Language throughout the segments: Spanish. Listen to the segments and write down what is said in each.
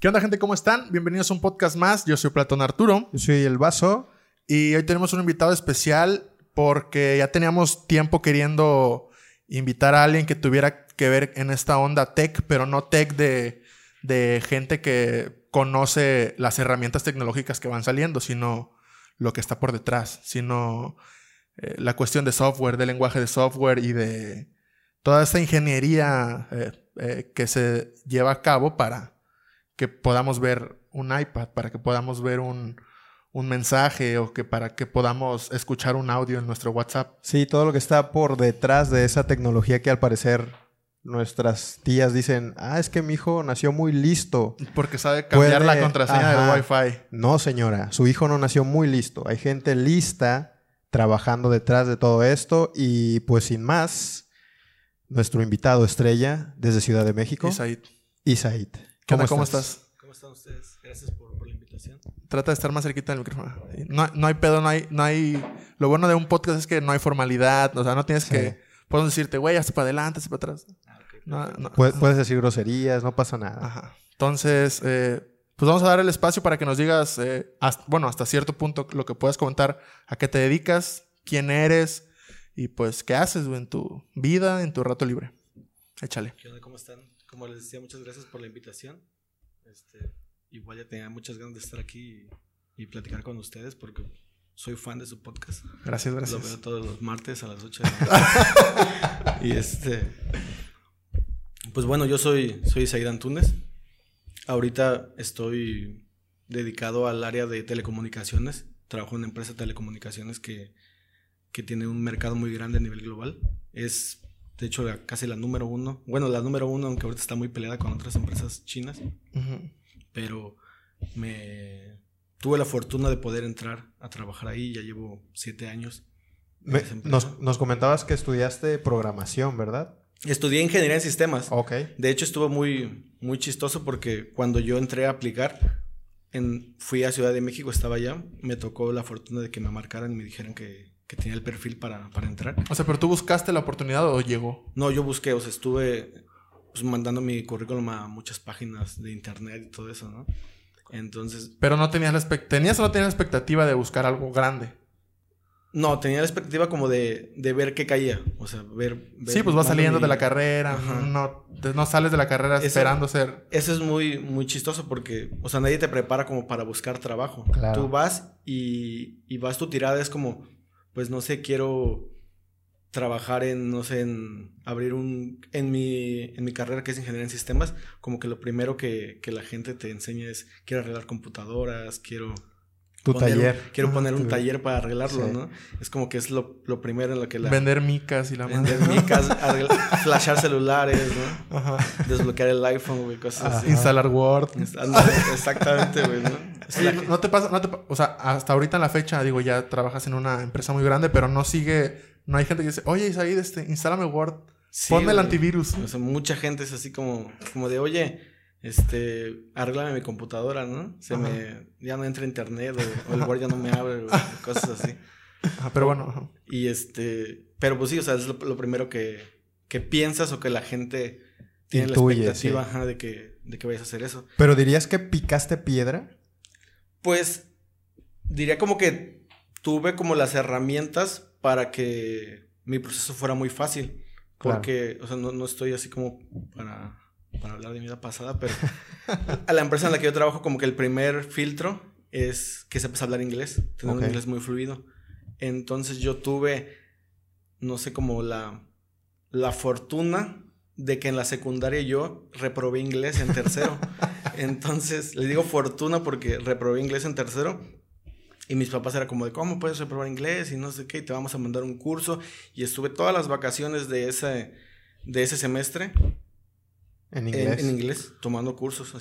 ¿Qué onda, gente? ¿Cómo están? Bienvenidos a un podcast más. Yo soy Platón Arturo. Yo soy El Vaso. Y hoy tenemos un invitado especial porque ya teníamos tiempo queriendo invitar a alguien que tuviera que ver en esta onda tech, pero no tech de gente que conoce las herramientas tecnológicas que van saliendo, sino lo que está por detrás, sino la cuestión de software, del lenguaje de software y de toda esta ingeniería que se lleva a cabo para que podamos ver un iPad, para que podamos ver un mensaje o que para que podamos escuchar un audio en nuestro WhatsApp. Sí, todo lo que está por detrás de esa tecnología que al parecer nuestras tías dicen, es que mi hijo nació muy listo. Porque sabe cambiar la contraseña del Wi-Fi. No, señora, su hijo no nació muy listo. Hay gente lista trabajando detrás de todo esto y pues sin más, nuestro invitado estrella desde Ciudad de México. Isaid. ¿Cómo estás? ¿Cómo están ustedes? Gracias por la invitación. Trata de estar más cerquita del micrófono. No hay pedo, no hay... Lo bueno de un podcast es que no hay formalidad. O sea, no tienes que... Podemos decirte, güey, hazte para adelante, hazte para atrás. Okay, puedes decir groserías, no pasa nada. Ajá. Entonces, pues vamos a dar el espacio para que nos digas, hasta cierto punto lo que puedas comentar, a qué te dedicas, quién eres y pues qué haces, güey, en tu vida, en tu rato libre. Échale. ¿Qué onda? ¿Cómo están? Como les decía, muchas gracias por la invitación. Igual ya tenía muchas ganas de estar aquí y platicar con ustedes porque soy fan de su podcast. Gracias. Lo veo todos los martes a las 8 de la noche. Pues bueno, yo soy Isaid Antunes. Ahorita estoy dedicado al área de telecomunicaciones. Trabajo en una empresa de telecomunicaciones que tiene un mercado muy grande a nivel global. Es, de hecho, casi la número uno. Bueno, la número uno, aunque ahorita está muy peleada con otras empresas chinas. Uh-huh. Pero tuve la fortuna de poder entrar a trabajar ahí. Ya llevo 7 años. Nos comentabas que estudiaste programación, ¿verdad? Estudié ingeniería en sistemas. Okay. De hecho, estuvo muy, muy chistoso porque cuando yo entré a aplicar, fui a Ciudad de México, estaba allá. Me tocó la fortuna de que me marcaran y me dijeran que tenía el perfil para entrar. O sea, ¿pero tú buscaste la oportunidad o llegó? No, yo busqué, estuve mandando mi currículum a muchas páginas de internet y todo eso, ¿no? Entonces... ¿Pero no tenías ¿tenías o no tenías la expectativa de buscar algo grande? No, tenía la expectativa como de ver qué caía. O sea, ver sí, pues vas saliendo de la carrera. No sales de la carrera esperando ser... Eso es muy, muy chistoso porque, nadie te prepara como para buscar trabajo. Claro. Tú vas y vas, tu tirada es como, pues no sé, quiero trabajar en abrir en mi carrera que es ingeniería en sistemas, como que lo primero que la gente te enseña es, quiero arreglar computadoras, quiero poner un taller para arreglarlo, sí. ¿no? Es como que es lo primero en lo que vender micas y la madre. Vender micas, flashar celulares, ¿no? Ajá. Desbloquear el iPhone, güey, cosas así. Instalar Word. Exactamente, güey, ¿no? Oye, ¿no te pasa? O sea, hasta ahorita en la fecha, digo, ya trabajas en una empresa muy grande, pero no hay gente que dice, oye, Isaid, instálame Word, sí, ponme el antivirus. Mucha gente es así como de, oye, arréglame mi computadora, ¿no? Ya no entra internet o el Word ya no me abre, o cosas así. Pero bueno. Y pero pues sí, es lo primero que piensas o que la gente tiene intuye, la expectativa, sí. de que vayas a hacer eso. ¿Pero dirías que picaste piedra? Pues diría como que tuve como las herramientas para que mi proceso fuera muy fácil. Porque, claro. No estoy así como para hablar de mi vida pasada, pero a la empresa en la que yo trabajo como que el primer filtro es que sepas hablar inglés, tener un inglés muy fluido. Entonces yo tuve, no sé, como la fortuna de que en la secundaria yo reprobé inglés en tercero. Entonces, le digo fortuna porque reprobé inglés en tercero. Y mis papás era como de, ¿cómo puedes reprobar inglés? Y no sé qué, y te vamos a mandar un curso. Y estuve todas las vacaciones de ese semestre en inglés, tomando cursos.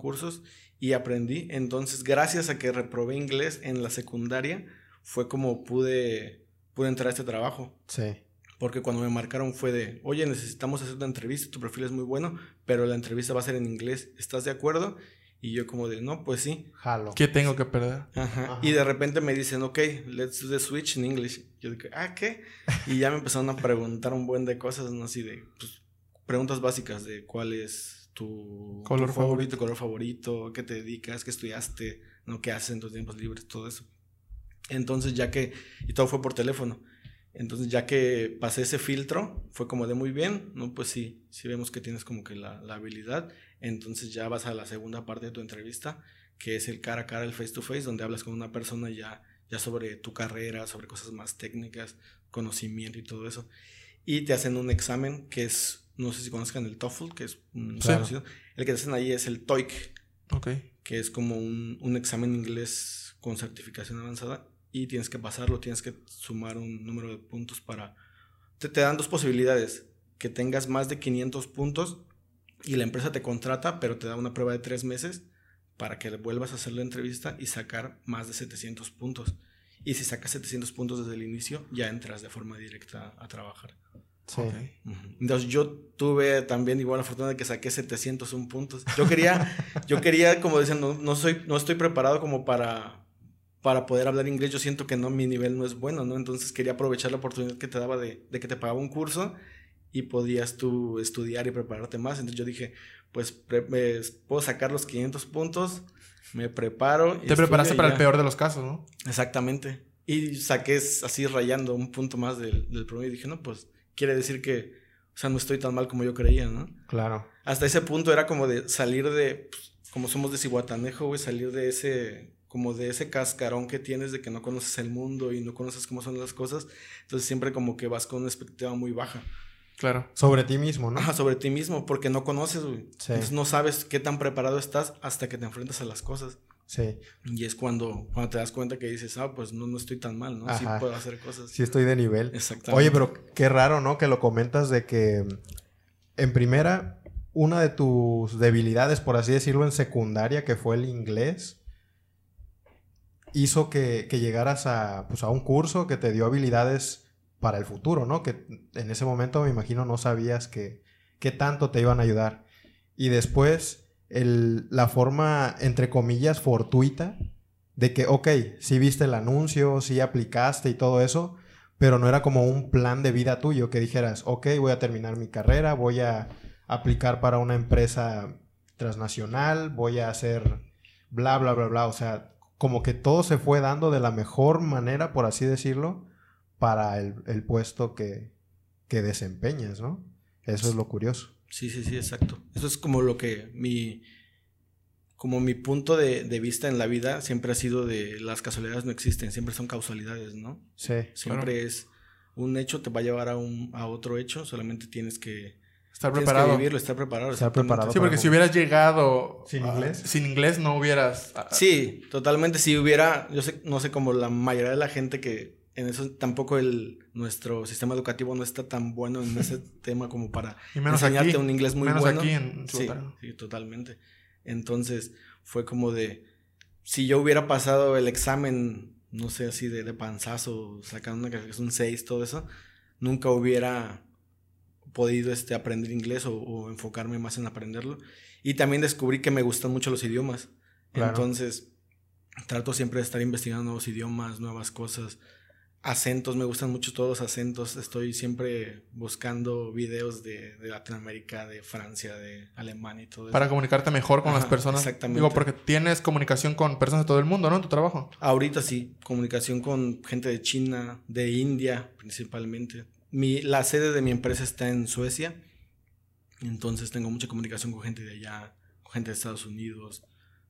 Y aprendí. Entonces, gracias a que reprobé inglés en la secundaria, fue como pude entrar a este trabajo. Sí. Porque cuando me marcaron fue de, oye, necesitamos hacer una entrevista, tu perfil es muy bueno, pero la entrevista va a ser en inglés, ¿estás de acuerdo? Y yo como de, no, pues sí. Jalo. ¿Qué tengo que perder? Ajá. Y de repente me dicen, ok, let's do the switch in English. Yo dije, ¿qué? Y ya me empezaron a preguntar un buen de cosas, ¿no? Así de, pues, preguntas básicas de cuál es tu color favorito, qué te dedicas, qué estudiaste, ¿no? Qué haces en tus tiempos libres, todo eso. Entonces y todo fue por teléfono. Entonces ya que pasé ese filtro, fue como de muy bien, ¿no? Pues sí vemos que tienes como que la habilidad. Entonces ya vas a la segunda parte de tu entrevista, que es el cara a cara, el face to face, donde hablas con una persona ya sobre tu carrera, sobre cosas más técnicas, conocimiento y todo eso. Y te hacen un examen que es, no sé si conozcan el TOEFL, que es conocido. El que te hacen ahí es el TOEIC, que es como un examen inglés con certificación avanzada, y tienes que pasarlo, tienes que sumar un número de puntos para... Te dan dos posibilidades, que tengas más de 500 puntos y la empresa te contrata, pero te da una prueba de 3 meses para que vuelvas a hacer la entrevista y sacar más de 700 puntos. Y si sacas 700 puntos desde el inicio, ya entras de forma directa a trabajar. Sí. Entonces yo tuve también igual la fortuna de que saqué 701 puntos. Yo quería como dicen, no estoy preparado como para poder hablar inglés. Yo siento que mi nivel no es bueno, ¿no? Entonces quería aprovechar la oportunidad que te daba de que te pagaba un curso y podías tú estudiar y prepararte más. Entonces yo dije, pues puedo sacar los 500 puntos, me preparo. Te preparaste para el peor de los casos, ¿no? Exactamente. Y saqué así rayando un punto más del promedio y dije, no, pues quiere decir que, o sea, no estoy tan mal como yo creía, ¿no? Claro. Hasta ese punto era como de salir de, pues, como somos de Zihuatanejo, güey, salir de ese cascarón que tienes de que no conoces el mundo y no conoces cómo son las cosas. Entonces siempre como que vas con una expectativa muy baja. Claro. Sobre ti mismo, ¿no? Ajá, sobre ti mismo, porque no conoces, güey. Sí. Entonces no sabes qué tan preparado estás hasta que te enfrentas a las cosas. Sí. Y es cuando te das cuenta que dices, pues no estoy tan mal, ¿no? Ajá. Sí puedo hacer cosas. Sí estoy de nivel. Exactamente. Oye, pero qué raro, ¿no? Que lo comentas de que en primera, una de tus debilidades, por así decirlo, en secundaria, que fue el inglés, hizo que llegaras a un curso que te dio habilidades para el futuro, ¿no? Que en ese momento me imagino no sabías qué tanto te iban a ayudar. Y después la forma, entre comillas, fortuita de que, sí viste el anuncio, sí aplicaste y todo eso, pero no era como un plan de vida tuyo que dijeras, voy a terminar mi carrera, voy a aplicar para una empresa transnacional, voy a hacer bla, bla, bla, bla. O sea, como que todo se fue dando de la mejor manera, por así decirlo, para el puesto que desempeñas, ¿no? Eso es lo curioso. Sí, exacto. Eso es como lo que mi punto de vista en la vida siempre ha sido de las casualidades no existen, siempre son causalidades, ¿no? Sí. Siempre claro. Es un hecho te va a llevar a otro hecho, solamente tienes que preparado. Que vivirlo, estar preparado. Sí, porque si hubieras llegado sin inglés no hubieras... Sí, totalmente. Si hubiera, no sé, como la mayoría de la gente que en eso tampoco nuestro sistema educativo no está tan bueno en ese tema como para enseñarte un inglés muy bueno. Aquí en sí, totalmente. Entonces fue como de, si yo hubiera pasado el examen, no sé, así de panzazo, sacando una calificación 6, todo eso, nunca hubiera podido aprender inglés o enfocarme más en aprenderlo. Y también descubrí que me gustan mucho los idiomas. Claro. Entonces trato siempre de estar investigando nuevos idiomas, nuevas cosas. Acentos, me gustan mucho todos los acentos. Estoy siempre buscando videos de Latinoamérica, de Francia, de Alemania y todo eso. Para comunicarte mejor con las personas. Exactamente. Digo, porque tienes comunicación con personas de todo el mundo, ¿no? En tu trabajo. Ahorita sí. Comunicación con gente de China, de India principalmente. La sede de mi empresa está en Suecia. Entonces tengo mucha comunicación con gente de allá, con gente de Estados Unidos.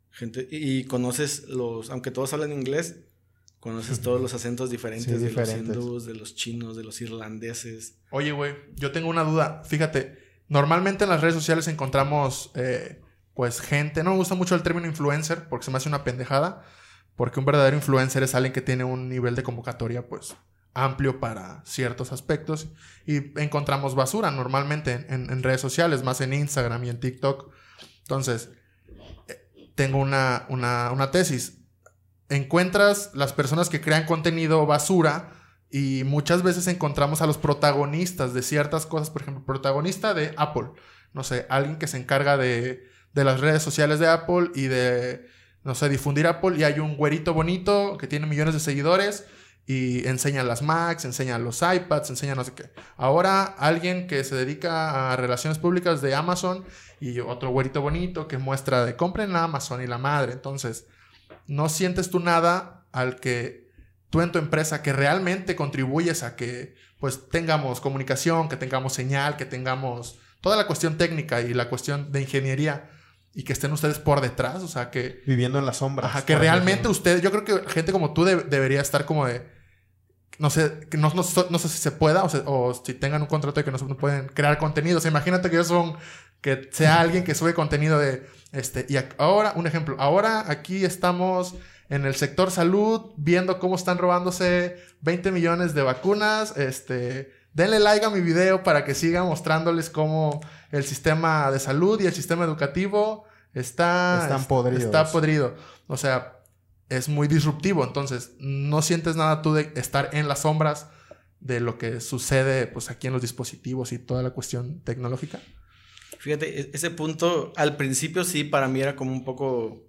Y conoces aunque todos hablan inglés, conoces todos los acentos diferentes, de los hindús, de los chinos, de los irlandeses. Oye, güey, yo tengo una duda. Fíjate, normalmente en las redes sociales encontramos, pues, gente... No me gusta mucho el término influencer porque se me hace una pendejada. Porque un verdadero influencer es alguien que tiene un nivel de convocatoria, pues, amplio para ciertos aspectos. Y encontramos basura normalmente en redes sociales, más en Instagram y en TikTok. Entonces, tengo una tesis. Encuentras las personas que crean contenido basura y muchas veces encontramos a los protagonistas de ciertas cosas. Por ejemplo, protagonista de Apple. No sé, alguien que se encarga de las redes sociales de Apple y de, no sé, difundir Apple. Y hay un güerito bonito que tiene millones de seguidores y enseña las Macs, enseña los iPads, enseña no sé qué. Ahora alguien que se dedica a relaciones públicas de Amazon y otro güerito bonito que muestra de compren en Amazon y la madre. Entonces, no sientes tú nada al que tú en tu empresa que realmente contribuyes a que pues tengamos comunicación, que tengamos señal, que tengamos toda la cuestión técnica y la cuestión de ingeniería y que estén ustedes por detrás, o sea que... Viviendo en las sombras. Ajá, que realmente ustedes, yo creo que gente como tú debería estar como de... No sé, no sé si se pueda o si tengan un contrato de que no pueden crear contenido. O sea, imagínate que sea alguien que sube contenido de... Y ahora, un ejemplo. Ahora aquí estamos en el sector salud viendo cómo están robándose 20 millones de vacunas. Denle like a mi video para que siga mostrándoles cómo el sistema de salud y el sistema educativo está podrido. O sea... Es muy disruptivo, entonces no sientes nada tú de estar en las sombras de lo que sucede pues aquí en los dispositivos y toda la cuestión tecnológica. Fíjate, ese punto al principio sí para mí era como un poco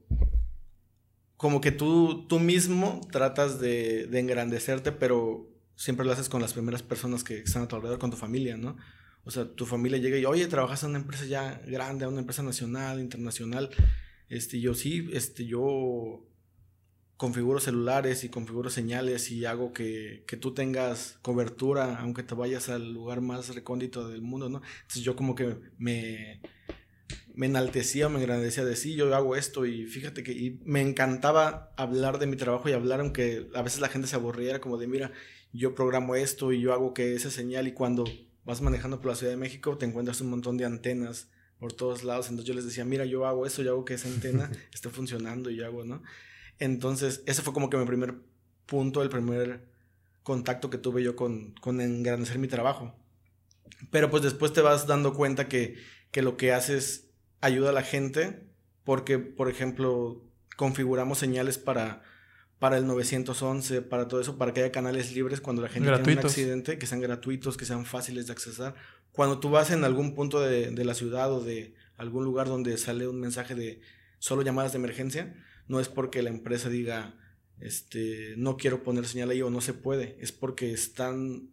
como que tú mismo tratas de engrandecerte, pero siempre lo haces con las primeras personas que están a tu alrededor, con tu familia, ¿no? O sea, tu familia llega y, oye, trabajas en una empresa ya grande, una empresa nacional, internacional. Yo sí, yo configuro celulares y configuro señales y hago que tú tengas cobertura, aunque te vayas al lugar más recóndito del mundo, ¿no? Entonces yo como que me enaltecía, me engrandecía de sí, yo hago esto y fíjate que y me encantaba hablar de mi trabajo y hablar, aunque a veces la gente se aburriera, como de mira, yo programo esto y yo hago que esa señal, y cuando vas manejando por la Ciudad de México te encuentras un montón de antenas por todos lados, entonces yo les decía, mira, yo hago eso, yo hago que esa antena esté funcionando y yo hago, ¿no? Entonces, ese fue como que mi primer punto, el primer contacto que tuve yo con engrandecer mi trabajo. Pero pues después te vas dando cuenta que lo que haces ayuda a la gente, porque, por ejemplo, configuramos señales para el 911, para todo eso, para que haya canales libres cuando la gente tiene un accidente, que sean gratuitos, que sean fáciles de accesar. Cuando tú vas en algún punto de la ciudad o de algún lugar donde sale un mensaje de solo llamadas de emergencia, no es porque la empresa diga, no quiero poner señal ahí o no se puede. Es porque están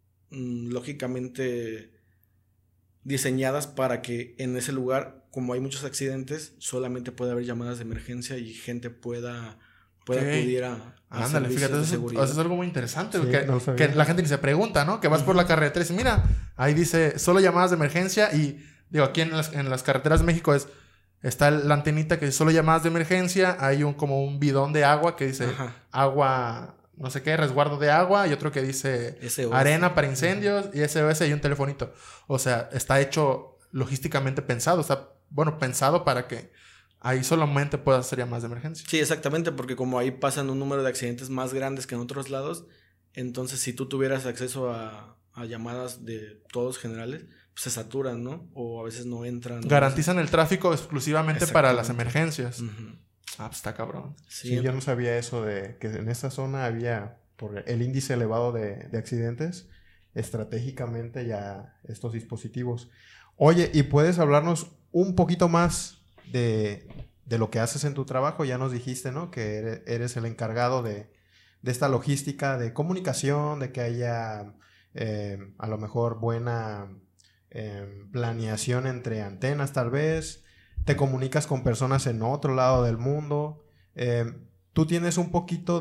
lógicamente diseñadas para que en ese lugar, como hay muchos accidentes, solamente puede haber llamadas de emergencia y gente pueda acudir a ándale, fíjate, eso es algo muy interesante. Sí, que la gente ni se pregunta, ¿no? Que vas por la carretera y dices, mira, ahí dice solo llamadas de emergencia y digo, aquí en las carreteras de México está la antenita que dice solo llamadas de emergencia. Hay como un bidón de agua que dice agua, no sé qué, resguardo de agua. Y otro que dice SOS. Arena para incendios y SOS y un telefonito. O sea, está hecho logísticamente pensado. Está, pensado para que ahí solamente puedas hacer llamadas de emergencia. Sí, exactamente, porque como ahí pasan un número de accidentes más grandes que en otros lados, entonces si tú tuvieras acceso a llamadas de todos generales, se saturan, ¿no? O a veces no entran. Garantizan el tráfico exclusivamente para las emergencias. Pues está cabrón. Sí, yo no sabía eso de que en esta zona había, por el índice elevado de accidentes, estratégicamente ya estos dispositivos. Oye, ¿y puedes hablarnos un poquito más de lo que haces en tu trabajo? Ya nos dijiste, ¿no? Que eres el encargado de esta logística de comunicación, de que haya a lo mejor buena planeación entre antenas tal vez, te comunicas con personas en otro lado del mundo, tú tienes un poquito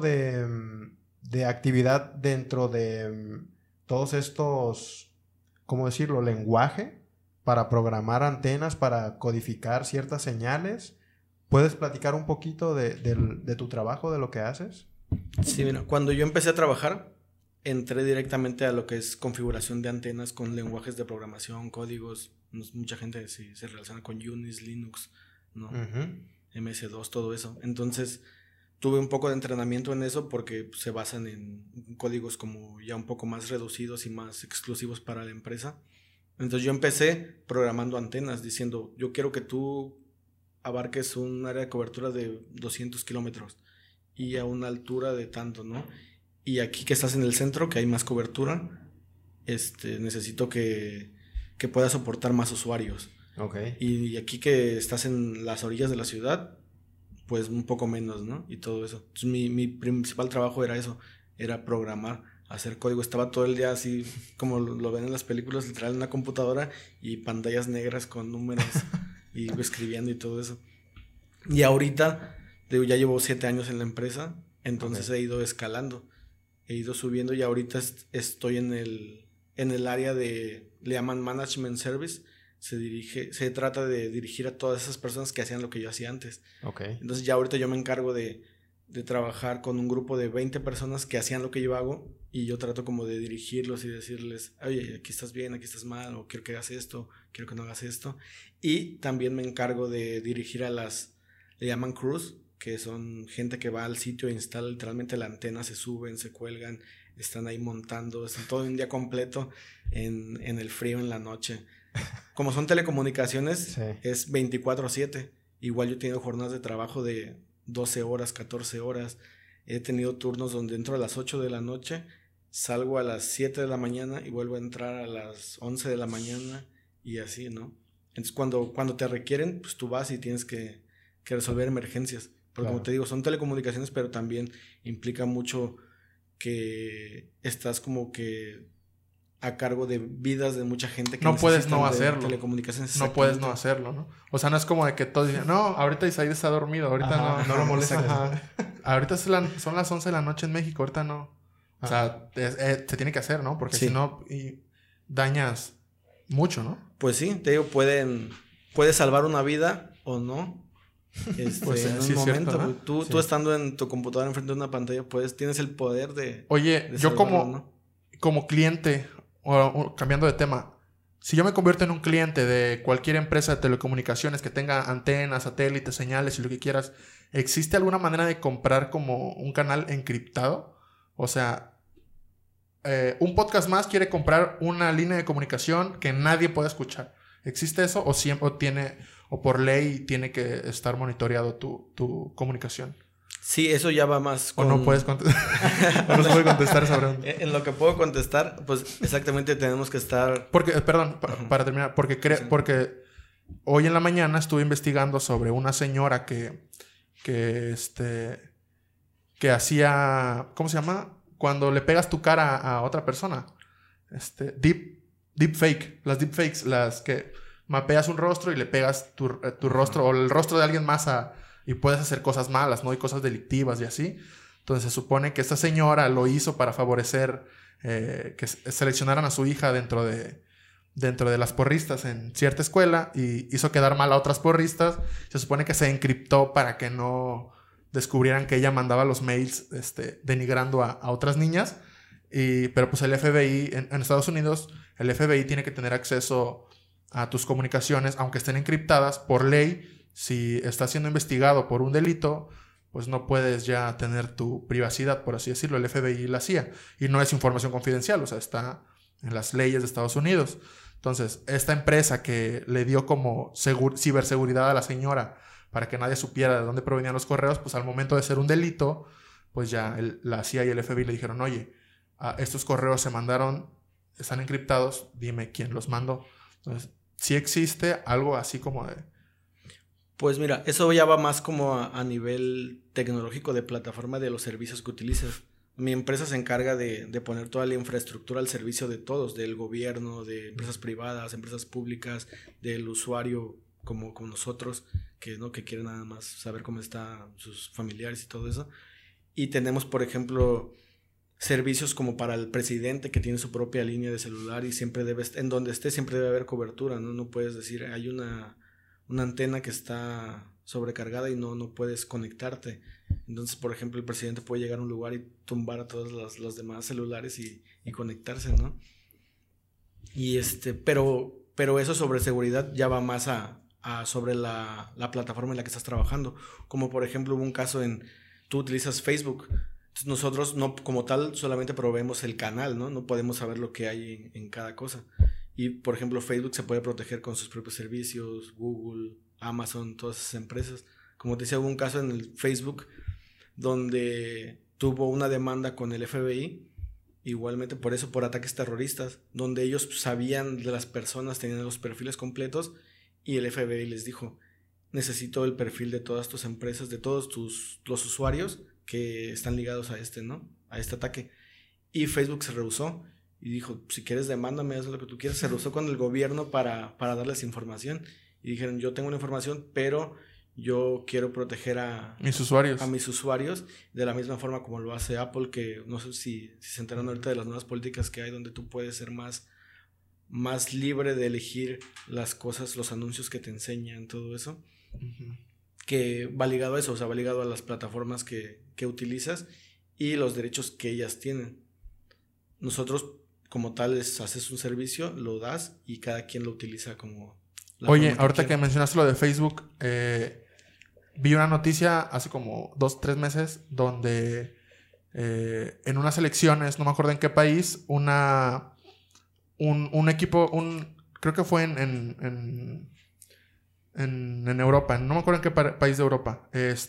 de actividad dentro de todos estos, ¿cómo decirlo?, lenguaje para programar antenas, para codificar ciertas señales. ¿Puedes platicar un poquito de tu trabajo, de lo que haces? Sí, mira, cuando yo empecé a trabajar entré directamente a lo que es configuración de antenas con lenguajes de programación, códigos. Mucha gente se relaciona con Unix, Linux, ¿no? MS2, todo eso. Entonces, tuve un poco de entrenamiento en eso porque se basan en códigos como ya un poco más reducidos y más exclusivos para la empresa. Entonces, yo empecé programando antenas diciendo, yo quiero que tú abarques un área de cobertura de 200 kilómetros y a una altura de tanto, ¿no? Y aquí que estás en el centro, que hay más cobertura, necesito que pueda soportar más usuarios. Okay. Y aquí que estás en las orillas de la ciudad, pues un poco menos, ¿no? Y todo eso. Entonces mi principal trabajo era eso, era programar, hacer código. Estaba todo el día así como lo ven en las películas, literal en una computadora y pantallas negras con números y escribiendo y todo eso. Y ahorita, digo, ya llevo 7 años en la empresa, entonces he ido escalando, he ido subiendo y ahorita estoy en el área de, le llaman Management Service. Se trata de dirigir a todas esas personas que hacían lo que yo hacía antes. Entonces ya ahorita yo me encargo de trabajar con un grupo de 20 personas que hacían lo que yo hago y yo trato como de dirigirlos y decirles, oye, aquí estás bien, aquí estás mal, o quiero que hagas esto, quiero que no hagas esto. Y también me encargo de dirigir a le llaman crews, que son gente que va al sitio e instala literalmente la antena, se suben, se cuelgan, están ahí montando, están todo un día completo en el frío, en la noche. Como son telecomunicaciones, es 24/7. Igual yo he tenido jornadas de trabajo de 12 horas, 14 horas. He tenido turnos donde entro a las 8 de la noche, salgo a las 7 de la mañana y vuelvo a entrar a las 11 de la mañana y así, ¿no? Entonces cuando te requieren, pues tú vas y tienes que resolver emergencias. Porque como te digo, son telecomunicaciones, pero también implica mucho que estás como que a cargo de vidas de mucha gente que no puedes no hacerlo. Telecomunicaciones. No puedes no hacerlo, ¿no? O sea, no es como de que todos dicen, no, ahorita Isaid está dormido, ahorita no lo molestas. Ahorita son las 11 de la noche en México, ahorita no. O sea, se tiene que hacer, ¿no? Porque si no, dañas mucho, ¿no? Pues sí, te digo, puedes salvar una vida o no. Pues en un momento, cierto, ¿no? Tú estando en tu computadora enfrente de una pantalla, tienes el poder de... Oye, yo como cliente, o cambiando de tema, si yo me convierto en un cliente de cualquier empresa de telecomunicaciones que tenga antenas, satélites, señales y lo que quieras, ¿existe alguna manera de comprar como un canal encriptado? O sea, un podcast más quiere comprar una línea de comunicación que nadie pueda escuchar. ¿Existe eso o siempre o por ley tiene que estar monitoreado tu comunicación? Sí, eso ya va más con... O no puedes contestar. O no se puede contestar esa pregunta. En lo que puedo contestar, pues exactamente tenemos que estar... Porque, perdón, para terminar, porque hoy en la mañana estuve investigando sobre una señora que hacía, ¿cómo se llama? Cuando le pegas tu cara a otra persona. Deepfake. Las deepfakes, las que mapeas un rostro y le pegas tu rostro o el rostro de alguien más y puedes hacer cosas malas, ¿no? Y cosas delictivas y así. Entonces se supone que esta señora lo hizo para favorecer que seleccionaran a su hija dentro de las porristas en cierta escuela y hizo quedar mal a otras porristas. Se supone que se encriptó para que no descubrieran que ella mandaba los mails denigrando a otras niñas. Pero pues el FBI en Estados Unidos, el FBI tiene que tener acceso a tus comunicaciones, aunque estén encriptadas por ley. Si estás siendo investigado por un delito, pues no puedes ya tener tu privacidad, por así decirlo. El FBI la hacía. Y no es información confidencial, o sea, está en las leyes de Estados Unidos. Entonces, esta empresa que le dio como ciberseguridad a la señora para que nadie supiera de dónde provenían los correos, pues al momento de ser un delito, pues ya la CIA y el FBI le dijeron, oye, estos correos se mandaron, están encriptados, dime quién los mandó. Entonces, ¿sí existe algo así como de...? Pues mira, eso ya va más como a nivel tecnológico de plataforma de los servicios que utilizas. Mi empresa se encarga de poner toda la infraestructura al servicio de todos, del gobierno, de empresas privadas, empresas públicas, del usuario como nosotros, que quieren nada más saber cómo están sus familiares y todo eso. Y tenemos, por ejemplo, servicios como para el presidente que tiene su propia línea de celular y siempre en donde esté siempre debe haber cobertura, ¿no? No puedes decir, hay una antena que está sobrecargada y no puedes conectarte. Entonces, por ejemplo, el presidente puede llegar a un lugar y tumbar a todos los demás celulares y conectarse, ¿no? Y pero eso sobre seguridad ya va más sobre la plataforma en la que estás trabajando. Como por ejemplo hubo un caso tú utilizas Facebook. Entonces nosotros no como tal solamente proveemos el canal, ¿no? No podemos saber lo que hay en cada cosa. Y, por ejemplo, Facebook se puede proteger con sus propios servicios, Google, Amazon, todas esas empresas. Como te decía, hubo un caso en el Facebook donde tuvo una demanda con el FBI, igualmente por ataques terroristas, donde ellos sabían de las personas, tenían los perfiles completos y el FBI les dijo, necesito el perfil de todas tus empresas, de todos los usuarios que están ligados a ¿no? este ataque. Y Facebook se rehusó y dijo, si quieres demándame, haz lo que tú quieras. Se rehusó con el gobierno para darles información. Y dijeron, yo tengo una información, pero yo quiero proteger a mis usuarios de la misma forma como lo hace Apple, que no sé si se enteraron ahorita de las nuevas políticas que hay, donde tú puedes ser más libre de elegir las cosas, los anuncios que te enseñan, todo eso. Uh-huh. Que va ligado a eso, o sea, va ligado a las plataformas que utilizas y los derechos que ellas tienen. Nosotros, como tal, haces un servicio, lo das y cada quien lo utiliza como... Oye, ahorita que mencionaste lo de Facebook, vi una noticia hace como 2-3 meses donde en unas elecciones, no me acuerdo en qué país, un equipo, creo que fue en Europa, no me acuerdo en qué país de Europa,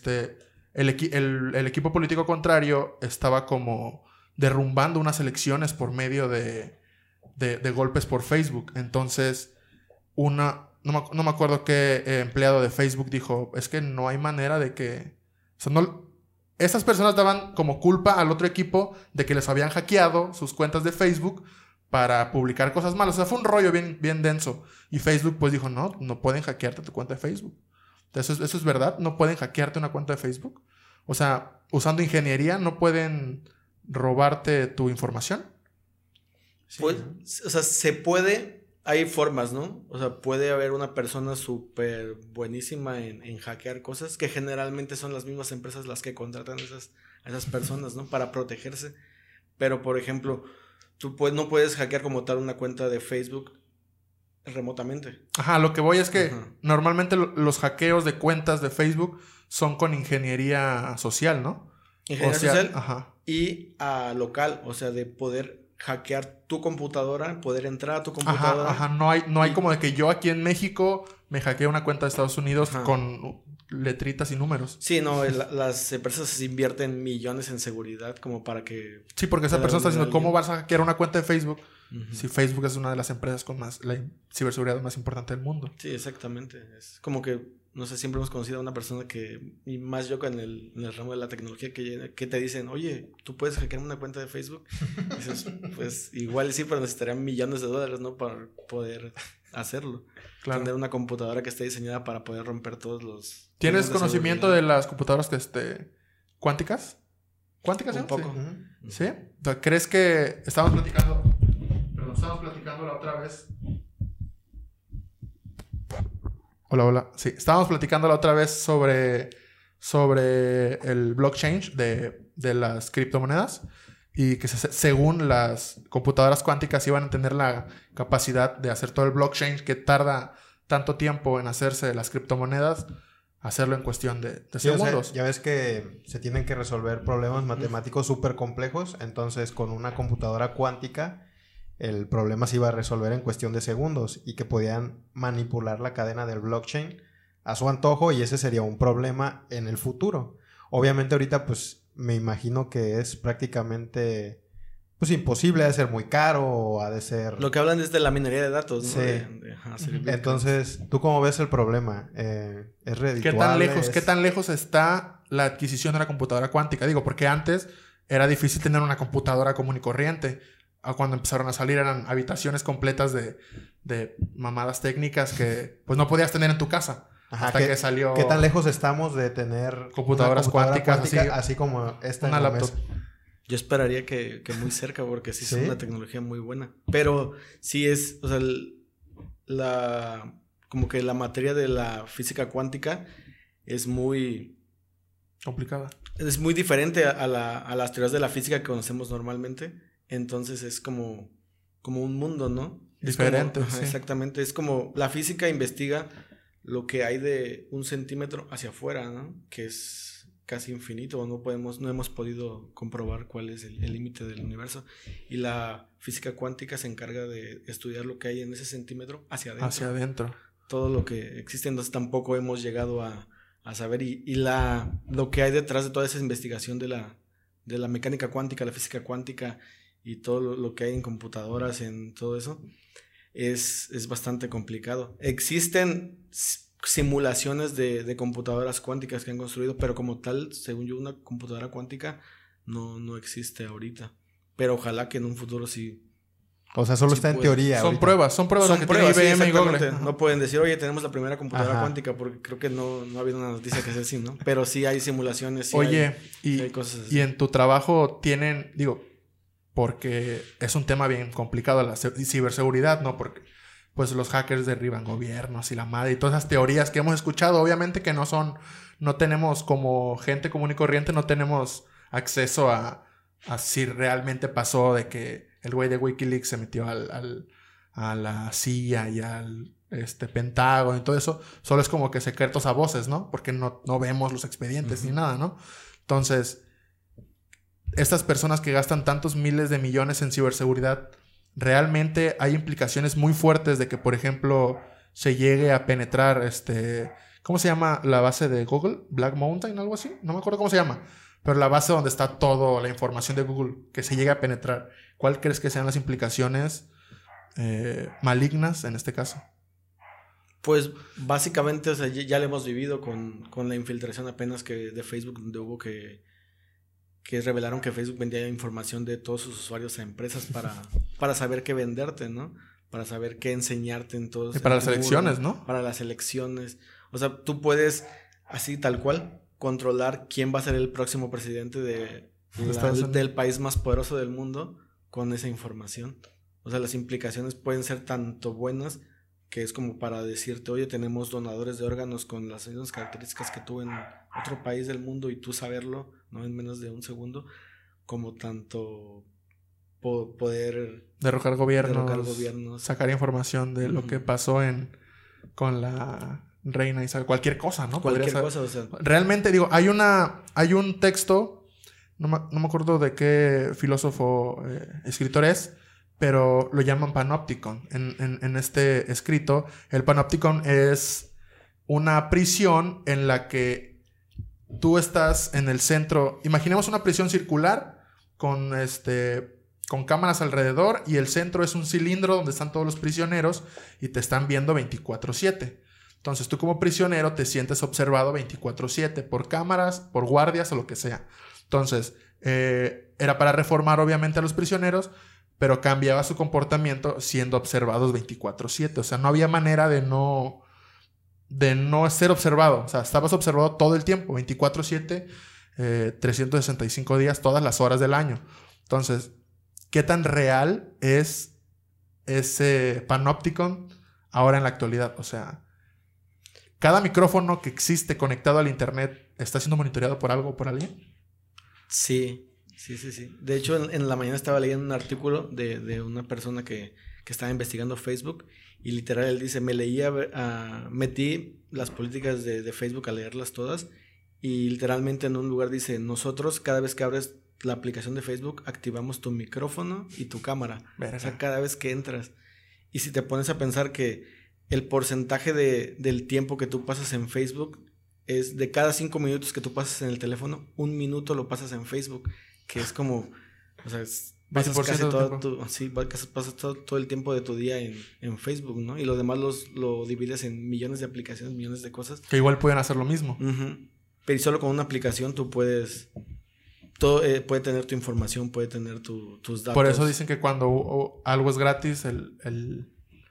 el equipo político contrario estaba como derrumbando unas elecciones por medio de golpes por Facebook. Entonces, no me acuerdo qué empleado de Facebook dijo, es que no hay manera de que... O sea, esas personas daban como culpa al otro equipo de que les habían hackeado sus cuentas de Facebook para publicar cosas malas. O sea, fue un rollo bien, bien denso. Y Facebook pues dijo, no pueden hackearte tu cuenta de Facebook. Entonces, ¿eso es verdad? ¿No pueden hackearte una cuenta de Facebook? O sea, usando ingeniería, ¿no pueden robarte tu información? Sí, pues, ¿no? O sea, se puede... Hay formas, ¿no? O sea, puede haber una persona súper buenísima en hackear cosas, que generalmente son las mismas empresas las que contratan a esas personas, ¿no? Para protegerse. Pero, por ejemplo, tú no puedes hackear como tal una cuenta de Facebook remotamente. Lo que voy es que normalmente los hackeos de cuentas de Facebook son con ingeniería social, ¿no? Ingeniería social y local, o sea, de poder hackear tu computadora, poder entrar a tu computadora. No hay como de que yo aquí en México me hackeo una cuenta de Estados Unidos con letritas y números. Sí, no, las empresas invierten millones en seguridad como para que... Sí, porque esa persona está diciendo, ¿cómo vas a hackear una cuenta de Facebook? Si Facebook es una de las empresas con la ciberseguridad más importante del mundo. Sí, exactamente. Es como que, no sé, siempre hemos conocido a una persona que, y más yo en el ramo de la tecnología, que te dicen, oye, ¿tú puedes hackear una cuenta de Facebook? Y dices, pues igual sí, pero necesitarían millones de dólares, ¿no? Para poder hacerlo. Claro. Tener una computadora que esté diseñada para poder romper todos los... ¿Tienes conocimiento de las computadoras cuánticas? ¿Cuánticas? Un poco. ¿Sí? ¿Crees que estábamos platicando la otra vez? Hola. Sí, estábamos platicando la otra vez sobre el blockchain de las criptomonedas y que según las computadoras cuánticas iban a tener la capacidad de hacer todo el blockchain que tarda tanto tiempo en hacerse las criptomonedas, hacerlo en cuestión de segundos. O sea, ya ves que se tienen que resolver problemas matemáticos súper complejos, entonces con una computadora cuántica el problema se iba a resolver en cuestión de segundos y que podían manipular la cadena del blockchain a su antojo y ese sería un problema en el futuro. Obviamente ahorita pues me imagino que es prácticamente pues imposible, ha de ser muy caro o ha de ser... Lo que hablan es de la minería de datos, ¿no? Sí. Entonces, ¿tú cómo ves el problema? ¿Es redituable? ¿Qué tan lejos está la adquisición de una computadora cuántica? Digo, porque antes era difícil tener una computadora común y corriente. Cuando empezaron a salir eran habitaciones completas de mamadas técnicas que pues no podías tener en tu casa. Hasta que salió... ¿Qué tan lejos estamos de tener computadoras cuánticas así como esta una laptop? Yo esperaría que muy cerca, porque sí es una tecnología muy buena. Pero sí es, o sea, como que la materia de la física cuántica es muy... complicada. Es muy diferente a las teorías de la física que conocemos normalmente. Entonces es como un mundo, ¿no? Diferente, sí. Exactamente. Es como la física investiga lo que hay de 1 centímetro hacia afuera, ¿no? Que es casi infinito. No hemos podido comprobar cuál es el límite del universo. Y la física cuántica se encarga de estudiar lo que hay en ese centímetro hacia adentro. Hacia adentro. Todo lo que existe. Entonces tampoco hemos llegado a saber. Y lo que hay detrás de toda esa investigación de la mecánica cuántica, la física cuántica y todo lo que hay en computadoras, en todo eso, es bastante complicado. Existen simulaciones de computadoras cuánticas que han construido, pero como tal, según yo, una computadora cuántica no existe ahorita. Pero ojalá que en un futuro sí. O sea, solo está en teoría. Son pruebas las que tiene IBM y Google. No pueden decir, oye, tenemos la primera computadora cuántica, porque creo que no ha habido una noticia que sea así, ¿no? Pero sí hay simulaciones, sí hay cosas así. Y en tu trabajo tienen, porque es un tema bien complicado la ciberseguridad, ¿no? Porque pues los hackers derriban gobiernos y la madre y todas esas teorías que hemos escuchado, obviamente que no tenemos como gente común y corriente, no tenemos acceso a si realmente pasó de que el güey de Wikileaks se metió a la CIA y al Pentágono y todo eso. Solo es como que secretos a voces, ¿no? Porque no vemos los expedientes ni nada, ¿no? Entonces, estas personas que gastan tantos miles de millones en ciberseguridad, realmente hay implicaciones muy fuertes de que, por ejemplo, se llegue a penetrar ¿cómo se llama la base de Google? Black Mountain, algo así. No me acuerdo cómo se llama. Pero la base donde está toda la información de Google, que se llegue a penetrar. ¿Cuál crees que sean las implicaciones malignas en este caso? Pues básicamente, o sea, ya lo hemos vivido con la infiltración apenas que de Facebook, donde hubo que revelaron que Facebook vendía información de todos sus usuarios a empresas para saber qué venderte, ¿no? Para saber qué enseñarte en todos. Y para las elecciones, ¿no? Para las elecciones. O sea, tú puedes, así tal cual, controlar quién va a ser el próximo presidente del país más poderoso del mundo con esa información. O sea, las implicaciones pueden ser tanto buenas, que es como para decirte, oye, tenemos donadores de órganos con las mismas características que tú en otro país del mundo y tú saberlo, ¿no? En menos de un segundo, como tanto poder derrocar gobiernos, sacar información de lo que pasó con la reina Isabel, cualquier cosa, ¿no? Cualquier cosa, o sea. Realmente, hay un texto, no me acuerdo de qué filósofo, escritor es, pero lo llaman panopticon. En este escrito, el panopticon es una prisión en la que tú estás en el centro. Imaginemos una prisión circular con cámaras alrededor, y el centro es un cilindro donde están todos los prisioneros y te están viendo 24/7. Entonces tú como prisionero te sientes observado 24/7 por cámaras, por guardias o lo que sea. Entonces era para reformar obviamente a los prisioneros, pero cambiaba su comportamiento siendo observados 24/7. O sea, no había manera de no ser observado. O sea, estabas observado todo el tiempo, 24/7, 365 días, todas las horas del año. Entonces, ¿qué tan real es ese panopticon ahora en la actualidad? O sea, ¿cada micrófono que existe conectado al internet está siendo monitoreado por algo o por alguien? Sí. De hecho, en la mañana estaba leyendo un artículo de una persona que estaba investigando Facebook, y literal él dice, metí las políticas de Facebook a leerlas todas, y literalmente en un lugar dice, nosotros cada vez que abres la aplicación de Facebook activamos tu micrófono y tu cámara. Verga. O sea, cada vez que entras. Y si te pones a pensar que el porcentaje del tiempo que tú pasas en Facebook es de cada 5 minutos que tú pasas en el teléfono, 1 minuto lo pasas en Facebook, que es como, o sea, pasas casi pasas todo el tiempo de tu día en Facebook, ¿no? Y lo demás lo divides en millones de aplicaciones, millones de cosas. Que igual pueden hacer lo mismo. Uh-huh. Pero solo con una aplicación tú puedes... puede tener tu información, puede tener tus datos. Por eso dicen que cuando algo es gratis, el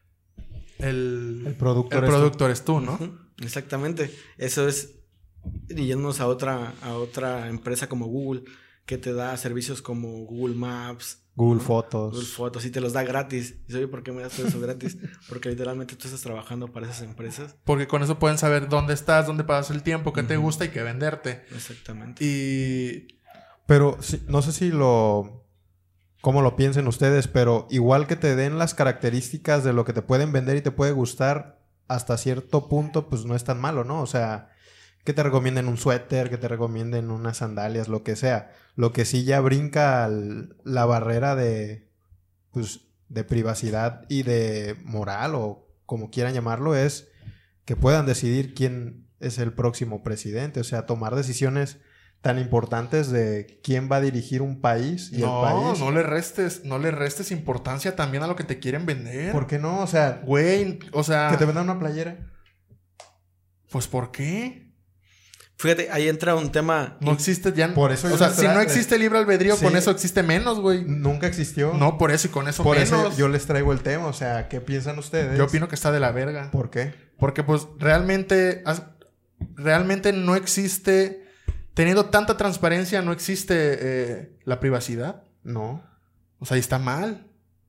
productor eres tú, ¿no? Uh-huh. Exactamente. Eso es yéndonos a otra empresa como Google, que te da servicios como Google Maps, Google Fotos. Google Fotos, y te los da gratis. Y oye, ¿por qué me das todo eso gratis? Porque literalmente tú estás trabajando para esas empresas. Porque con eso pueden saber dónde estás, dónde pasas el tiempo, qué te gusta y qué venderte. Exactamente. Pero no sé si cómo lo piensen ustedes, pero igual que te den las características de lo que te pueden vender y te puede gustar, hasta cierto punto, pues no es tan malo, ¿no? O sea, que te recomienden un suéter, que te recomienden unas sandalias, lo que sea. Lo que sí ya brinca la barrera de privacidad y de moral, o como quieran llamarlo, es que puedan decidir quién es el próximo presidente. O sea, tomar decisiones tan importantes de quién va a dirigir un país y el país. No le restes importancia también a lo que te quieren vender. ¿Por qué no? O sea, güey, que te vendan una playera. Pues, ¿por qué? Fíjate, ahí entra un tema... No existe ya... Por eso o sea, si no existe libre albedrío, con eso existe menos, güey. Nunca existió. No, por eso y con eso por menos. Por eso yo les traigo el tema. O sea, ¿qué piensan ustedes? Yo opino que está de la verga. ¿Por qué? Porque, pues, realmente no existe... Teniendo tanta transparencia, no existe la privacidad. No. O sea, y está mal.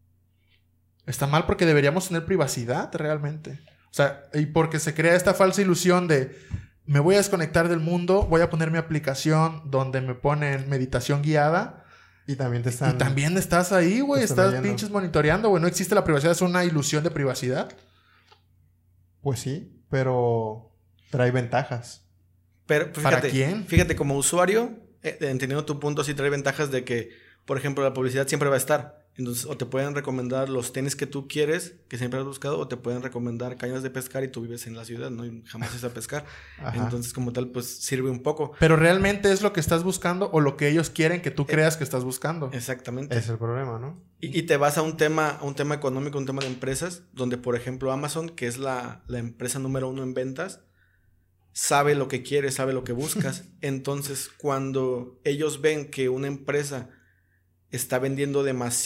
Está mal porque deberíamos tener privacidad, realmente. O sea, y porque se crea esta falsa ilusión de... Me voy a desconectar del mundo, voy a poner mi aplicación donde me ponen meditación guiada. Y también te Y también estás ahí, güey. Estás pinches monitoreando, güey. No existe la privacidad, es una ilusión de privacidad. Pues sí, pero trae ventajas. Pero fíjate, ¿para quién? Fíjate, como usuario, entendiendo tu punto, sí trae ventajas de que, por ejemplo, la publicidad siempre va a estar. Entonces, o te pueden recomendar los tenis que tú quieres, que siempre has buscado, o te pueden recomendar cañas de pescar y tú vives en la ciudad, ¿no? Y jamás vas a pescar. Ajá. Entonces, como tal, pues sirve un poco. Pero realmente es lo que estás buscando o lo que ellos quieren que tú creas que estás buscando. Exactamente. Ese es el problema, ¿no? Y te vas a un tema económico, un tema de empresas, donde, por ejemplo, Amazon, que es la empresa número 1 en ventas, sabe lo que quieres, sabe lo que buscas. Entonces, cuando ellos ven que una empresa está vendiendo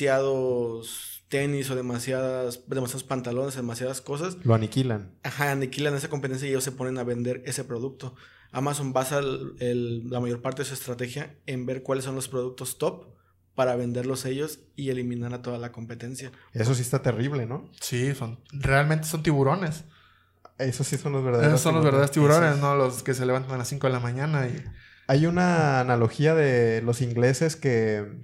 demasiados tenis o demasiados pantalones, demasiadas cosas, lo aniquilan. Ajá, aniquilan esa competencia y ellos se ponen a vender ese producto. Amazon basa la mayor parte de su estrategia en ver cuáles son los productos top para venderlos ellos y eliminar a toda la competencia. Eso sí está terrible, ¿no? Sí, realmente son tiburones. Esos sí son los verdaderos Esos son los verdaderos tiburones, ¿no? Los que se levantan a las 5 de la mañana y... Hay una analogía de los ingleses que...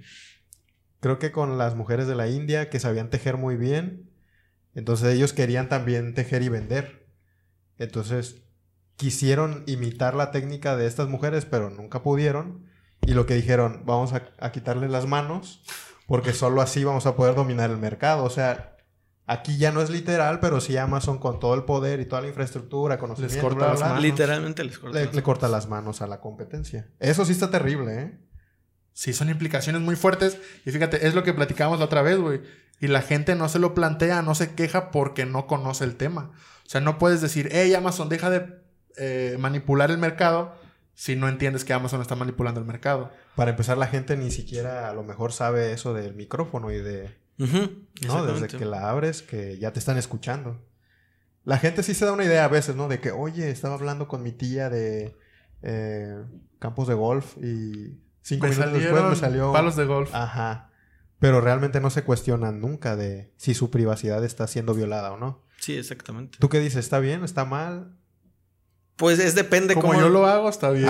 Creo que con las mujeres de la India que sabían tejer muy bien. Entonces ellos querían también tejer y vender. Entonces quisieron imitar la técnica de estas mujeres, pero nunca pudieron. Y lo que dijeron, vamos a quitarles las manos, porque solo así vamos a poder dominar el mercado. O sea, aquí ya no es literal, pero sí Amazon con todo el poder y toda la infraestructura, conocimiento, les corta las manos. Literalmente les corta le corta las manos a la competencia. Eso sí está terrible, ¿eh? Sí, son implicaciones muy fuertes. Y fíjate, es lo que platicábamos la otra vez, güey. Y la gente no se lo plantea, no se queja porque no conoce el tema. O sea, no puedes decir, hey, Amazon, deja de manipular el mercado si no entiendes que Amazon está manipulando el mercado. Para empezar, la gente ni siquiera a lo mejor sabe eso del micrófono y de... ¿no? Desde que la abres, que ya te están escuchando. La gente sí se da una idea a veces, ¿no? De que, oye, estaba hablando con mi tía de campos de golf y... 5 minutos después me salió... palos de golf. Ajá. Pero realmente no se cuestionan nunca de si su privacidad está siendo violada o no. Sí, exactamente. ¿Tú qué dices? ¿Está bien? ¿Está mal? Pues depende como yo lo hago, está bien.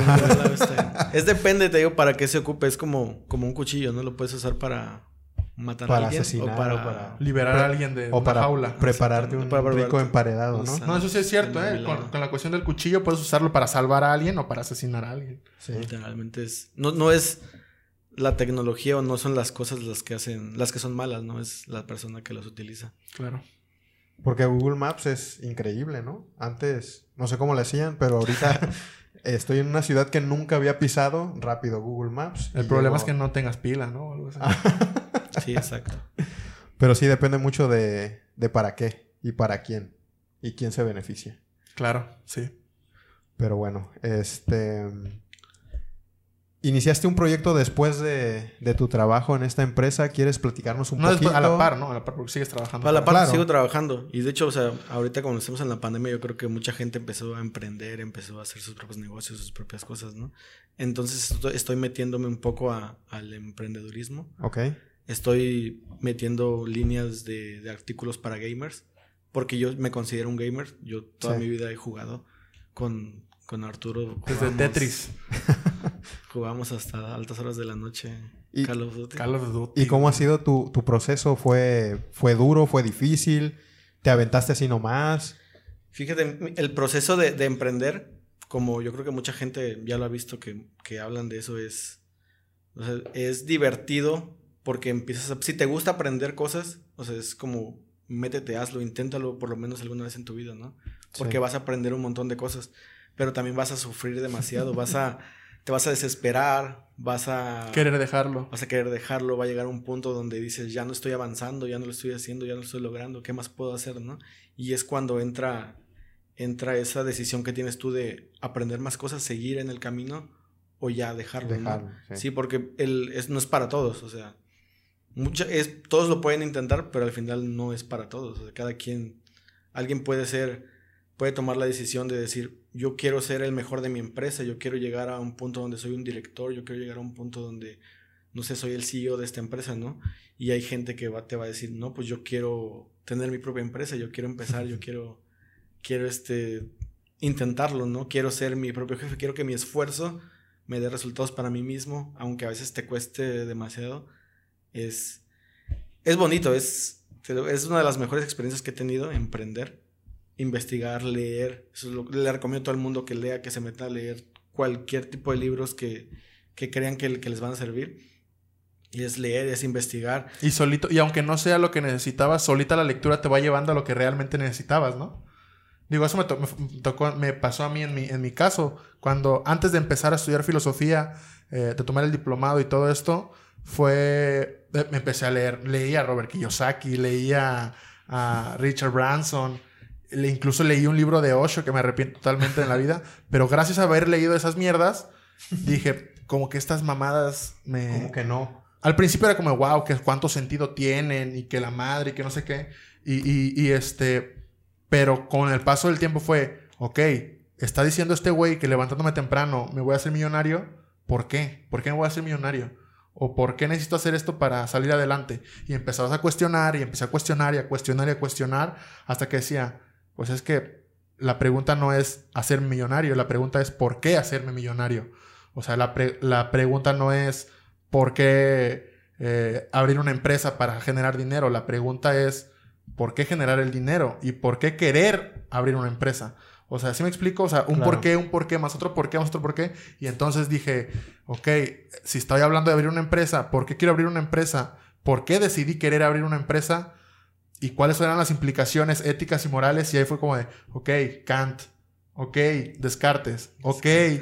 Es depende, te digo, para qué se ocupe. Es como un cuchillo, ¿no? Lo puedes usar para matar a alguien. Asesinar, o para liberar a alguien de una jaula. Prepararte un rico emparedado, ¿no? No, eso sí es cierto, ¿eh? Con la cuestión del cuchillo puedes usarlo para salvar a alguien o para asesinar a alguien. Sí. Literalmente es... No es la tecnología o no son las cosas las que son malas, ¿no? Es la persona que las utiliza. Claro. Porque Google Maps es increíble, ¿no? Antes, no sé cómo le hacían, pero ahorita estoy en una ciudad que nunca había pisado. Rápido Google Maps. El problema es que no tengas pila, ¿no? Algo así. Sí, exacto. Pero sí depende mucho de para qué y para quién. Y quién se beneficia. Claro, sí. Pero bueno, iniciaste un proyecto después de tu trabajo en esta empresa. ¿Quieres platicarnos un poquito? Después, a la par, ¿no? A la par porque sigues trabajando. A la par sigo trabajando. Y de hecho, o sea, ahorita cuando estamos en la pandemia, yo creo que mucha gente empezó a emprender, empezó a hacer sus propios negocios, sus propias cosas, ¿no? Entonces estoy metiéndome un poco al emprendedurismo. Ok. Estoy metiendo líneas de artículos para gamers. Porque yo me considero un gamer. Yo toda mi vida he jugado con Arturo. Desde Tetris. Jugamos hasta altas horas de la noche. Call of Duty. ¿Y cómo ha sido tu proceso? ¿Fue duro? ¿Fue difícil? ¿Te aventaste así nomás? Fíjate, el proceso de emprender, como yo creo que mucha gente ya lo ha visto que hablan de eso, o sea, es divertido porque empiezas si te gusta aprender cosas, o sea, es como métete, hazlo, inténtalo por lo menos alguna vez en tu vida, ¿no? Porque vas a aprender un montón de cosas, pero también vas a sufrir demasiado, te vas a desesperar, vas a querer dejarlo. Vas a querer dejarlo, va a llegar un punto donde dices, ya no estoy avanzando, ya no lo estoy haciendo, ya no lo estoy logrando, ¿qué más puedo hacer, no? Y es cuando entra entra esa decisión que tienes tú de aprender más cosas, seguir en el camino o ya dejarlo, ¿no? Sí, porque no es para todos, o sea, todos lo pueden intentar, pero al final no es para todos. O sea, alguien puede tomar la decisión de decir, yo quiero ser el mejor de mi empresa, yo quiero llegar a un punto donde soy un director, yo quiero llegar a un punto donde, no sé, soy el CEO de esta empresa, ¿no? Y hay gente que te va a decir, no, pues yo quiero tener mi propia empresa, yo quiero empezar, yo quiero intentarlo, ¿no? Quiero ser mi propio jefe, quiero que mi esfuerzo me dé resultados para mí mismo, aunque a veces te cueste demasiado. Es bonito, es una de las mejores experiencias que he tenido, emprender, investigar, leer. Eso es lo que le recomiendo a todo el mundo que lea, que se meta a leer cualquier tipo de libros que crean que les van a servir. Y es leer, es investigar. Y solito, y aunque no sea lo que necesitabas, solita la lectura te va llevando a lo que realmente necesitabas, ¿no? Digo, eso me pasó a mí en mi caso. Cuando antes de empezar a estudiar filosofía, de tomar el diplomado y todo esto, me empecé a leer. Leía a Robert Kiyosaki, leía a Richard Branson, incluso leí un libro de Osho que me arrepiento totalmente en la vida. Pero gracias a haber leído esas mierdas, dije, como que estas mamadas Como que no. Al principio era como, wow, que cuánto sentido tienen y que la madre y que no sé qué. Pero con el paso del tiempo fue, ok, está diciendo este güey que levantándome temprano me voy a hacer millonario. ¿Por qué? ¿Por qué me voy a hacer millonario? ¿O por qué necesito hacer esto para salir adelante? Y empezabas a cuestionar y empecé a cuestionar y a cuestionar y a cuestionar hasta que decía, pues es que la pregunta no es hacerme millonario, la pregunta es ¿por qué hacerme millonario? O sea, la pregunta no es ¿por qué abrir una empresa para generar dinero? La pregunta es ¿por qué generar el dinero? ¿Y por qué querer abrir una empresa? O sea, ¿sí me explico? O sea, un porqué, más otro porqué, más otro porqué. Y entonces dije, ok, si estoy hablando de abrir una empresa, ¿por qué quiero abrir una empresa? ¿Por qué decidí querer abrir una empresa? ¿Y cuáles eran las implicaciones éticas y morales? Y ahí fue como de, ok, Kant, ok, Descartes, ok,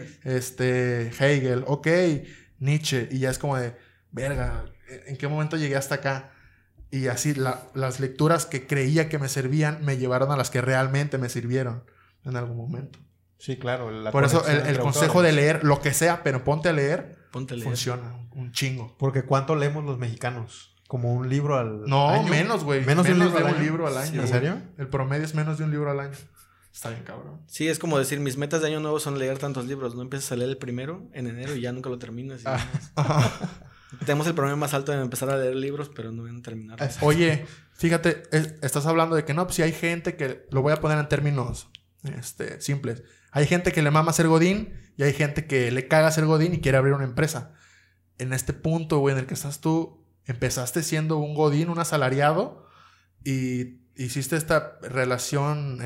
Hegel, ok, Nietzsche. Y ya es como de, verga, ¿en qué momento llegué hasta acá? Y así las lecturas que creía que me servían me llevaron a las que realmente me sirvieron en algún momento. Sí, claro. Por eso el consejo de leer lo que sea, pero ponte a leer, funciona un chingo. Porque ¿cuánto leemos los mexicanos? ¿Como un libro al año? No, menos, güey. ¿Menos de un libro al año? Sí. ¿En serio? El promedio es menos de un libro al año. Está bien, cabrón. Sí, es como decir, mis metas de año nuevo son leer tantos libros. No empiezas a leer el primero en enero y ya nunca lo terminas. Tenemos el promedio más alto de empezar a leer libros, pero no en terminar. Oye, fíjate, estás hablando de que no, pues si hay gente que, lo voy a poner en términos simples. Hay gente que le mama ser godín y hay gente que le caga ser godín y quiere abrir una empresa. En este punto, güey, en el que estás tú, empezaste siendo un godín, un asalariado y hiciste esta relación,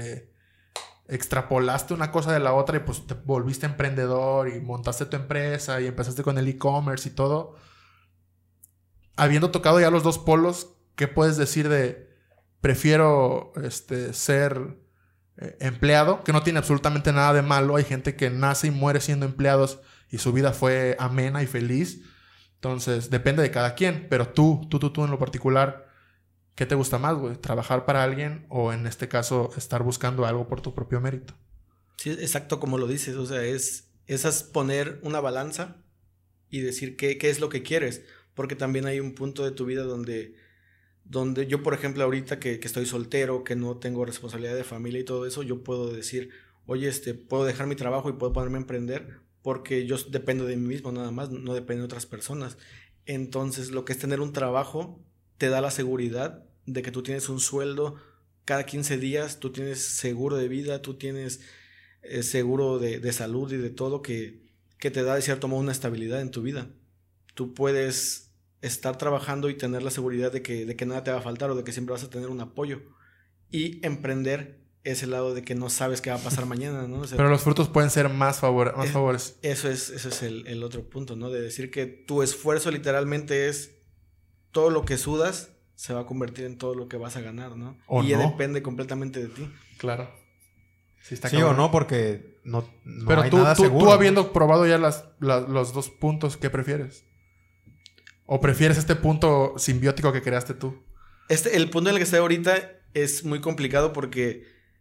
extrapolaste una cosa de la otra y pues te volviste emprendedor y montaste tu empresa y empezaste con el e-commerce y todo. Habiendo tocado ya los dos polos, ¿qué puedes decir de prefiero ser empleado? Que no tiene absolutamente nada de malo. Hay gente que nace y muere siendo empleados y su vida fue amena y feliz. Entonces, depende de cada quien. Pero tú en lo particular, ¿qué te gusta más, güey? ¿Trabajar para alguien o en este caso estar buscando algo por tu propio mérito? Sí, exacto como lo dices. O sea, es poner una balanza y decir qué es lo que quieres. Porque también hay un punto de tu vida donde yo, por ejemplo, ahorita que estoy soltero, que no tengo responsabilidad de familia y todo eso, yo puedo decir, oye, puedo dejar mi trabajo y puedo ponerme a emprender porque yo dependo de mí mismo nada más, no dependo de otras personas. Entonces, lo que es tener un trabajo te da la seguridad de que tú tienes un sueldo cada 15 días, tú tienes seguro de vida, tú tienes seguro de salud y de todo que te da de cierto modo una estabilidad en tu vida. Tú puedes estar trabajando y tener la seguridad de que nada te va a faltar o de que siempre vas a tener un apoyo. Y emprender es el lado de que no sabes qué va a pasar mañana, ¿no? O sea, pero los frutos pueden ser más favores. Eso es el otro punto, ¿no? De decir que tu esfuerzo literalmente es todo lo que sudas se va a convertir en todo lo que vas a ganar, ¿no? Y no depende completamente de ti. Claro. Sí o no, porque no pero hay nada seguro. Tú habiendo probado ya los dos puntos, ¿qué prefieres? ¿O prefieres este punto simbiótico que creaste tú? El punto en el que estoy ahorita es muy complicado porque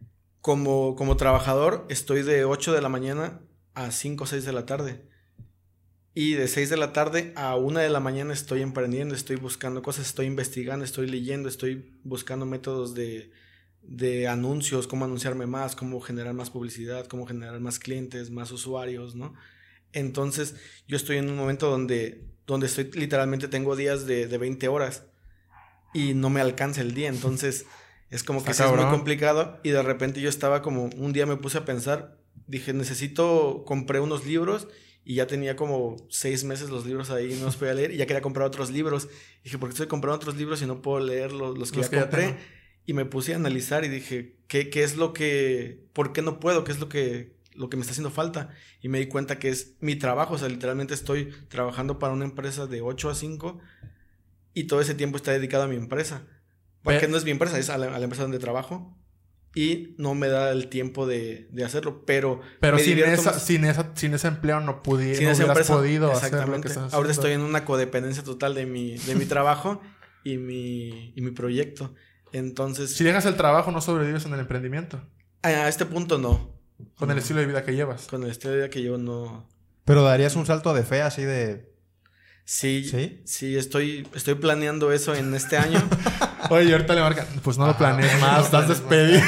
como trabajador estoy de 8 de la mañana a 5 o 6 de la tarde. Y de 6 de la tarde a 1 de la mañana estoy emprendiendo, estoy buscando cosas, estoy investigando, estoy leyendo, estoy buscando métodos de anuncios, cómo anunciarme más, cómo generar más publicidad, cómo generar más clientes, más usuarios, ¿no? Entonces, yo estoy en un momento donde estoy, literalmente tengo días de 20 horas y no me alcanza el día. Entonces, es como que es muy complicado. Y de repente yo estaba como, un día me puse a pensar, dije, compré unos libros. Y ya tenía como 6 meses los libros ahí, no los podía leer. Y ya quería comprar otros libros. Dije, ¿por qué estoy comprando otros libros y no puedo leer los que ya compré? Y me puse a analizar y dije, ¿qué es lo que... ¿Por qué no puedo? ¿Qué es lo que me está haciendo falta? Y me di cuenta que es mi trabajo. O sea, literalmente estoy trabajando para una empresa de 8 a 5. Y todo ese tiempo está dedicado a mi empresa. Porque no es mi empresa, es a la empresa donde trabajo. Y no me da el tiempo de hacerlo, pero sin ese empleo no hubieras podido hacer lo que estás haciendo. Ahorita estoy en una codependencia total de mi trabajo y mi proyecto. Entonces, si dejas el trabajo, ¿no sobrevives en el emprendimiento? A este punto no. Con el estilo de vida que llevas. Con el estilo de vida que llevo no. Pero darías un salto de fe así de... Sí, estoy planeando eso en este año. Oye, ahorita le marcan, pues no lo planees más, estás despedido.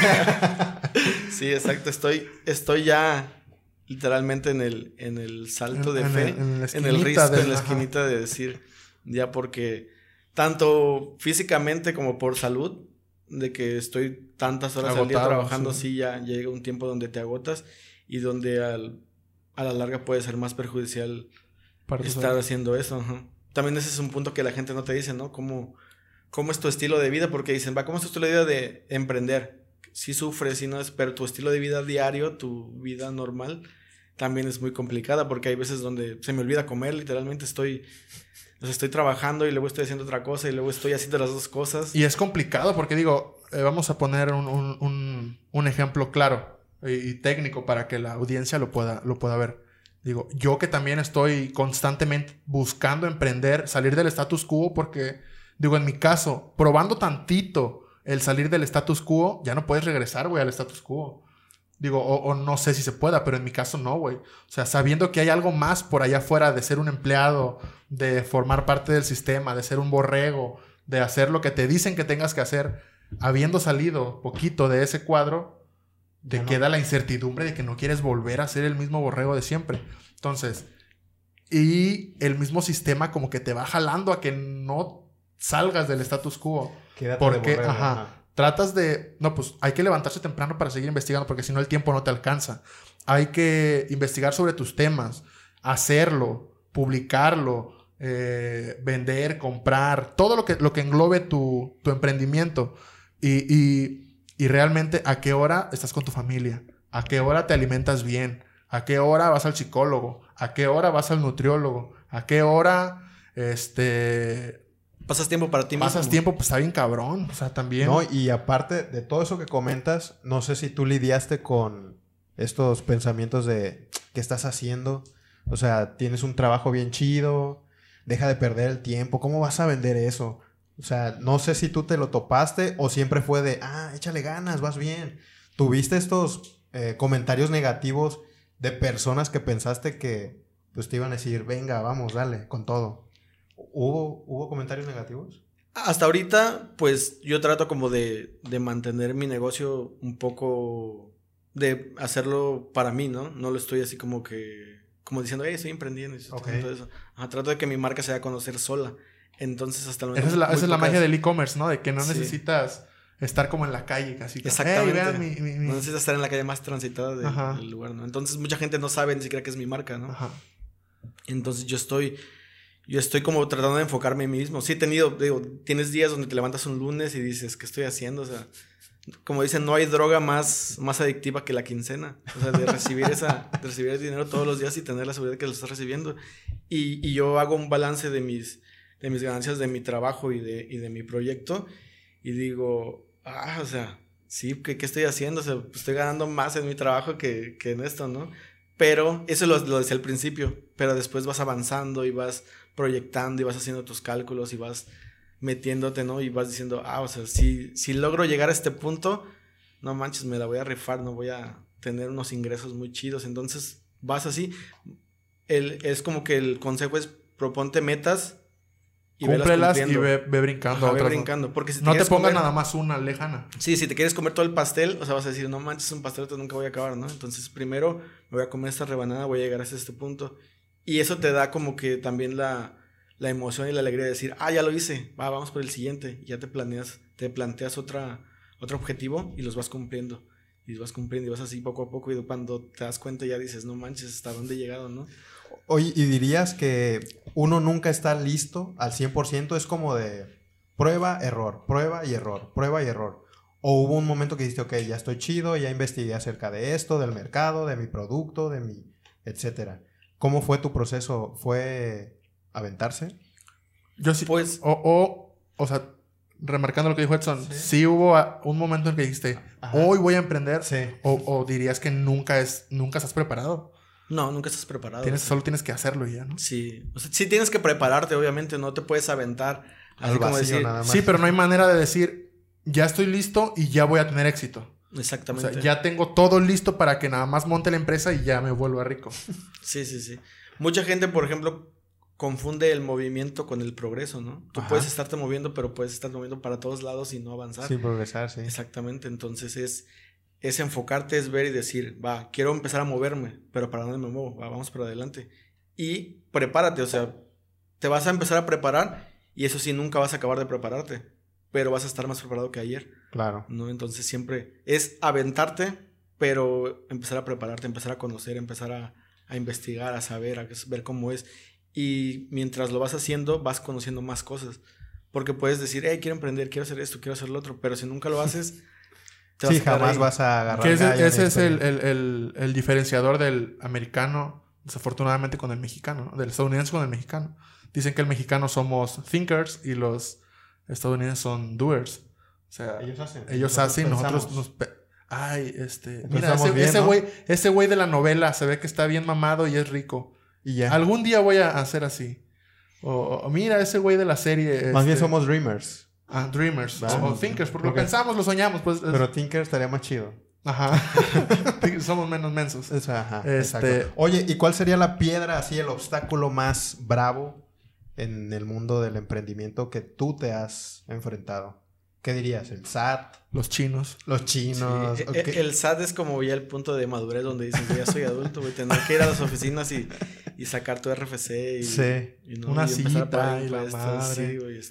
Sí, exacto, estoy ya literalmente en el salto de fe, en el riesgo, en la esquinita de decir, ya, porque tanto físicamente como por salud, de que estoy tantas horas al día trabajando, sí, ya llega un tiempo donde te agotas y donde a la larga puede ser más perjudicial estar haciendo eso. También ese es un punto que la gente no te dice, ¿no? ¿Cómo es tu estilo de vida? Porque dicen, ¿cómo es tu estilo de vida de emprender? Sí sufres, sí no es, pero tu estilo de vida diario, tu vida normal, también es muy complicada, porque hay veces donde se me olvida comer, literalmente estoy trabajando y luego estoy haciendo otra cosa y luego estoy haciendo las dos cosas. Y es complicado porque digo, vamos a poner un ejemplo claro y técnico para que la audiencia lo pueda ver. Digo, yo que también estoy constantemente buscando emprender, salir del status quo porque, digo, en mi caso, probando tantito el salir del status quo, ya no puedes regresar, güey, al status quo. Digo, o no sé si se pueda, pero en mi caso no, güey. O sea, sabiendo que hay algo más por allá afuera de ser un empleado, de formar parte del sistema, de ser un borrego, de hacer lo que te dicen que tengas que hacer, habiendo salido poquito de ese cuadro, te queda la incertidumbre de que no quieres volver a ser el mismo borrego de siempre. Entonces, y el mismo sistema como que te va jalando a que no salgas del status quo. Quédate porque, de borrego, tratas de... No, pues hay que levantarse temprano para seguir investigando porque si no el tiempo no te alcanza. Hay que investigar sobre tus temas, hacerlo, publicarlo, vender, comprar, todo lo que englobe tu emprendimiento. Y realmente, ¿a qué hora estás con tu familia? ¿A qué hora te alimentas bien? ¿A qué hora vas al psicólogo? ¿A qué hora vas al nutriólogo? ¿A qué hora, pasas tiempo para ti mismo? Pasas tiempo, pues está bien cabrón. O sea, también... No, y aparte de todo eso que comentas, no sé si tú lidiaste con estos pensamientos de ¿qué estás haciendo? O sea, tienes un trabajo bien chido, deja de perder el tiempo, ¿cómo vas a vender eso? O sea, no sé si tú te lo topaste o siempre fue de, échale ganas, vas bien. ¿Tuviste estos comentarios negativos de personas que pensaste que pues te iban a decir, venga, vamos, dale, con todo? ¿Hubo comentarios negativos? Hasta ahorita, pues yo trato como de mantener mi negocio un poco, de hacerlo para mí, ¿no? No lo estoy así como diciendo, estoy emprendiendo y todo eso. Trato de que mi marca se dé a conocer sola. Entonces, hasta el momento... Esa es la magia del e-commerce, ¿no? De que no necesitas estar como en la calle casi. Exactamente. No necesitas estar en la calle más transitada del lugar, ¿no? Entonces, mucha gente no sabe ni siquiera que es mi marca, ¿no? Ajá. Entonces, yo estoy como tratando de enfocarme en mí mismo. Sí he tenido, tienes días donde te levantas un lunes y dices, ¿qué estoy haciendo? O sea, como dicen, no hay droga más adictiva que la quincena. O sea, de recibir el dinero todos los días y tener la seguridad que lo estás recibiendo. Y yo hago un balance de mis ganancias de mi trabajo y de mi proyecto y digo, o sea, sí, ¿qué estoy haciendo? O sea, estoy ganando más en mi trabajo que en esto, ¿no? Pero eso lo decía al principio, pero después vas avanzando y vas proyectando y vas haciendo tus cálculos y vas metiéndote, ¿no? Y vas diciendo, o sea, si logro llegar a este punto, no manches, me la voy a rifar, no voy a tener unos ingresos muy chidos. Entonces vas así. Es como que el consejo es proponte metas y cúmplelas y ve brincando. Ajá, ve brincando. Porque si no te pongas nada más una lejana. Sí, si te quieres comer todo el pastel, o sea, vas a decir, no manches, un pastel nunca voy a acabar, ¿no? Entonces primero me voy a comer esta rebanada, voy a llegar hasta este punto. Y eso te da como que también la emoción y la alegría de decir, ya lo hice, vamos por el siguiente. Y ya te planteas otro objetivo y los vas cumpliendo. Y vas cumpliendo y vas así poco a poco. Y cuando te das cuenta ya dices, no manches, ¿hasta dónde he llegado, no? Oye, ¿y dirías que uno nunca está listo al 100%? Es como de prueba, error, prueba y error, prueba y error. ¿O hubo un momento que dijiste, ok, ya estoy chido, ya investigué acerca de esto, del mercado, de mi producto, de mi etcétera? ¿Cómo fue tu proceso? ¿Fue aventarse? Yo sí, pues... O sea, remarcando lo que dijo Edson, sí hubo un momento en que dijiste, hoy voy a emprender, o dirías que nunca estás preparado. No, nunca estás preparado. Solo tienes que hacerlo y ya, ¿no? Sí. O sea, sí tienes que prepararte, obviamente. No te puedes aventar así como decir... Nada más. Sí, pero no hay manera de decir, ya estoy listo y ya voy a tener éxito. Exactamente. O sea, ya tengo todo listo para que nada más monte la empresa y ya me vuelva rico. Sí. Mucha gente, por ejemplo, confunde el movimiento con el progreso, ¿no? Tú puedes estarte moviendo, pero puedes estar moviendo para todos lados y no avanzar. Sin progresar, sí. Exactamente. Entonces es enfocarte, es ver y decir, quiero empezar a moverme, pero ¿para dónde me muevo? Vamos para adelante. Y prepárate, o sea, te vas a empezar a preparar y eso sí, nunca vas a acabar de prepararte, pero vas a estar más preparado que ayer. Claro. ¿No? Entonces siempre es aventarte, pero empezar a prepararte, empezar a conocer, empezar a investigar, a saber, a ver cómo es. Y mientras lo vas haciendo, vas conociendo más cosas. Porque puedes decir, quiero emprender, quiero hacer esto, quiero hacer lo otro, pero si nunca lo haces... Sí, jamás vas a agarrar. Que ese es el diferenciador del americano, desafortunadamente, con el mexicano, ¿no? Del estadounidense con el mexicano. Dicen que el mexicano somos thinkers y los estadounidenses son doers. O sea, ellos hacen, nosotros nos... Mira, ese güey de la novela se ve que está bien mamado y es rico. Y ya. Algún día voy a hacer así. O mira, ese güey de la serie... Más bien somos dreamers. Dreamers o thinkers, porque lo pensamos, lo soñamos, pues. Pero thinkers estaría más chido. Ajá. Somos menos mensos. Exacto. Oye, ¿y cuál sería la piedra, así, el obstáculo más bravo en el mundo del emprendimiento que tú te has enfrentado? ¿Qué dirías? ¿El SAT? Los chinos. Sí. El SAT es como ya el punto de madurez donde dices, ya soy adulto, voy a tener que ir a las oficinas y sacar tu RFC y una cita y la madre. Sí, güey,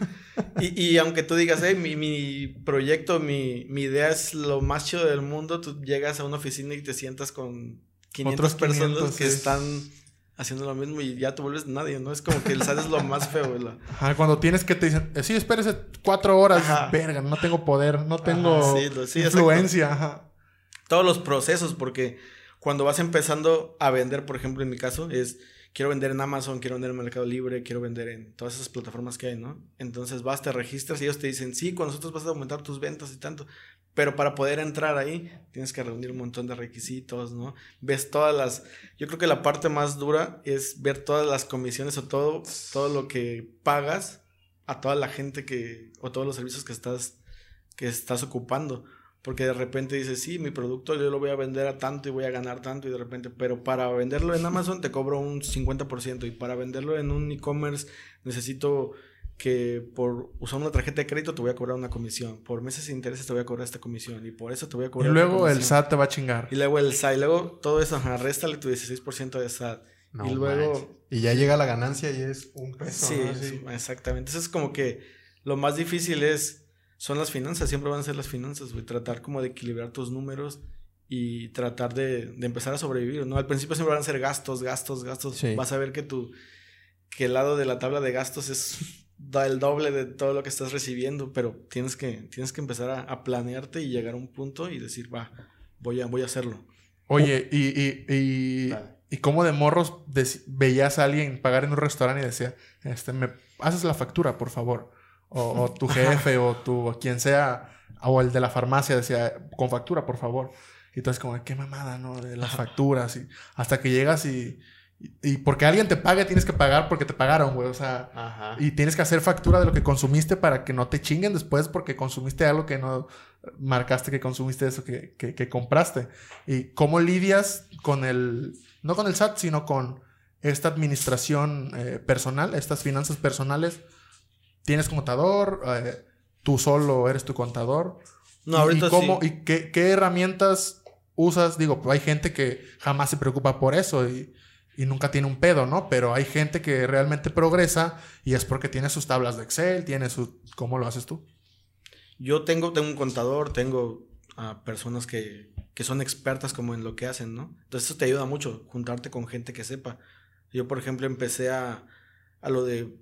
y aunque tú digas, mi proyecto, mi idea es lo más chido del mundo, tú llegas a una oficina y te sientas con 500 personas que están haciendo lo mismo y ya te vuelves nadie, ¿no? Es como que el SAT es lo más feo, güey. Ajá, cuando tienes que te dicen, sí, espérese 4 horas. Verga, no tengo poder, no tengo influencia. Ajá. Todos los procesos, porque cuando vas empezando a vender, por ejemplo, en mi caso, quiero vender en Amazon, quiero vender en Mercado Libre, quiero vender en todas esas plataformas que hay, ¿no? Entonces vas, te registras y ellos te dicen, sí, con nosotros vas a aumentar tus ventas y tanto. Pero para poder entrar ahí, tienes que reunir un montón de requisitos, ¿no? Ves yo creo que la parte más dura es ver todas las comisiones o todo lo que pagas a toda la gente o todos los servicios que estás ocupando. Porque de repente dices, sí, mi producto yo lo voy a vender a tanto y voy a ganar tanto y de repente, pero para venderlo en Amazon te cobro un 50% y para venderlo en un e-commerce necesito que por usar una tarjeta de crédito te voy a cobrar una comisión, por meses de intereses te voy a cobrar esta comisión y por eso te voy a cobrar. Y luego el SAT te va a chingar. Y luego el SAT, y luego todo eso, réstale tu 16% de SAT. No, y luego... Y ya llega la ganancia y es un peso. Sí, ¿no? Sí, exactamente. Eso es como que lo más difícil son las finanzas, siempre van a ser las finanzas, güey. Tratar como de equilibrar tus números y tratar de empezar a sobrevivir, ¿no? Al principio siempre van a ser gastos. Sí. Vas a ver que el lado de la tabla de gastos da el doble de todo lo que estás recibiendo, pero tienes que empezar a planearte y llegar a un punto y decir, voy a hacerlo. Oye, ¿y cómo de morros veías a alguien pagar en un restaurante y decía, me haces la factura, por favor? O tu jefe o quien sea, o el de la farmacia decía, con factura, por favor. Y entonces como, qué mamada, ¿no? De las facturas. Hasta que llegas y Y porque alguien te pague, tienes que pagar porque te pagaron, güey. O sea, Ajá. Y tienes que hacer factura de lo que consumiste para que no te chinguen después porque consumiste algo que no marcaste que consumiste eso que compraste. Y cómo lidias con no con el SAT, sino con esta administración personal, estas finanzas personales. ¿Tienes contador? ¿Tú solo eres tu contador? No, ahorita ¿Y cómo, sí. y qué herramientas usas? Digo, pues hay gente que jamás se preocupa por eso y nunca tiene un pedo, ¿no? Pero hay gente que realmente progresa y es porque tiene sus tablas de Excel, ¿Cómo lo haces tú? Yo tengo un contador, tengo a personas que son expertas como en lo que hacen, ¿no? Entonces eso te ayuda mucho, juntarte con gente que sepa. Yo, por ejemplo, empecé a lo de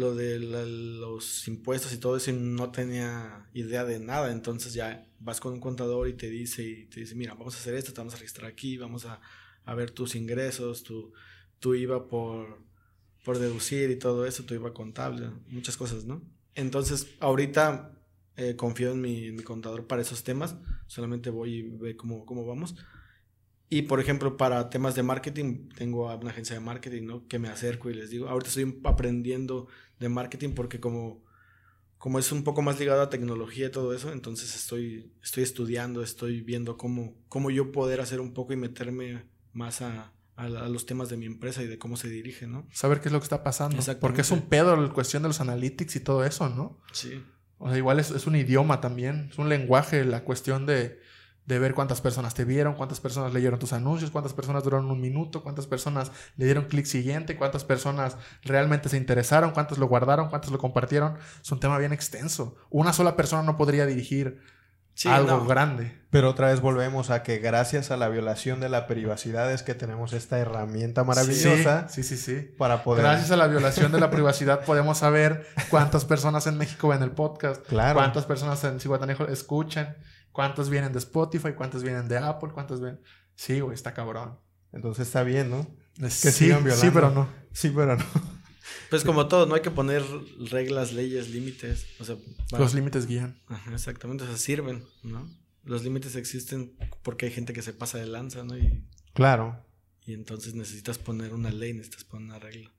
los impuestos y todo eso y no tenía idea de nada. Entonces ya vas con un contador y te dice, mira, vamos a hacer esto, te vamos a registrar aquí, vamos a ver tus ingresos, tu IVA por deducir y todo eso, tu IVA contable, muchas cosas, ¿no? Entonces, ahorita confío en mi contador para esos temas, solamente voy y veo cómo vamos. Y, por ejemplo, para temas de marketing, tengo a una agencia de marketing, ¿no? Que me acerco y les digo, ahorita estoy aprendiendo de marketing porque como es un poco más ligado a tecnología y todo eso, entonces estoy estudiando, estoy viendo cómo yo poder hacer un poco y meterme más a los temas de mi empresa y de cómo se dirige, ¿no? Saber qué es lo que está pasando. Porque es un pedo la cuestión de los analytics y todo eso, ¿no? Sí. O sea, igual es un idioma también, es un lenguaje, la cuestión de ver cuántas personas te vieron, cuántas personas leyeron tus anuncios, cuántas personas duraron 1 minuto, cuántas personas le dieron clic siguiente, cuántas personas realmente se interesaron, cuántas lo guardaron, cuántas lo compartieron. Es un tema bien extenso. Una sola persona no podría dirigir algo grande. Pero otra vez volvemos a que gracias a la violación de la privacidad es que tenemos esta herramienta maravillosa. Sí. Para poder... Gracias a la violación de la privacidad podemos saber cuántas personas en México ven el podcast. Claro. Cuántas personas en Zihuatanejo escuchan. Cuántos vienen de Spotify, cuántos vienen de Apple, cuántos ven... Sí, güey, está cabrón. Entonces está bien, ¿no? Que sigan violando. Sí, pero no. Pues como todo, no hay que poner reglas, leyes, límites. O sea, los límites guían. Ajá, exactamente, o sea, sirven, ¿no? Los límites existen porque hay gente que se pasa de lanza, ¿no? Claro. Y entonces necesitas poner una ley, necesitas poner una regla.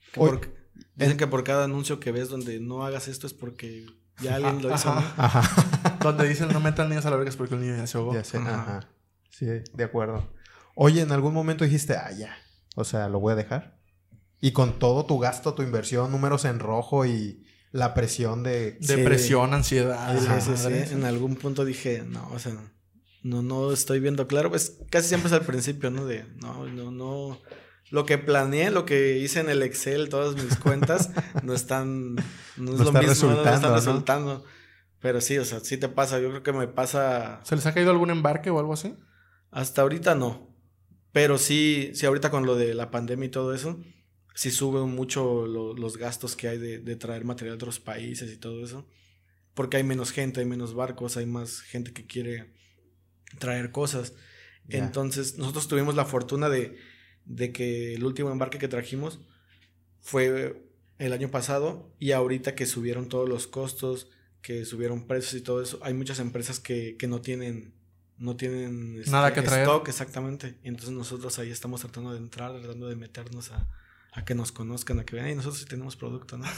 Dicen que por cada anuncio que ves donde no hagas esto es porque ya alguien lo hizo, ¿no? Ajá. Donde dicen no metan niños a la verga es porque el niño ya se ahogó. Ya sé, ajá. Sí, de acuerdo. Oye, ¿en algún momento dijiste, ya? O sea, ¿lo voy a dejar? Y con todo tu gasto, tu inversión, números en rojo y la presión de... Depresión, ansiedad. Sí. En algún punto dije, no, o sea, no estoy viendo claro. Pues casi siempre es al principio, ¿no? De, no. Lo que planeé, lo que hice en el Excel, todas mis cuentas, no es lo mismo, no están resultando. ¿No? Pero sí, o sea, sí te pasa. Yo creo que me pasa... ¿Se les ha caído algún embarque o algo así? Hasta ahorita no. Pero sí ahorita con lo de la pandemia y todo eso... Sí suben mucho los gastos que hay de traer material de otros países y todo eso. Porque hay menos gente, hay menos barcos, hay más gente que quiere traer cosas. Yeah. Entonces, nosotros tuvimos la fortuna de que el último embarque que trajimos fue el año pasado. Y ahorita que subieron todos los costos, que subieron precios y todo eso, hay muchas empresas que no tienen nada que traer. Stock, exactamente. Y entonces nosotros ahí estamos tratando de entrar, tratando de meternos a que nos conozcan, a que vean, y nosotros sí tenemos producto, ¿no?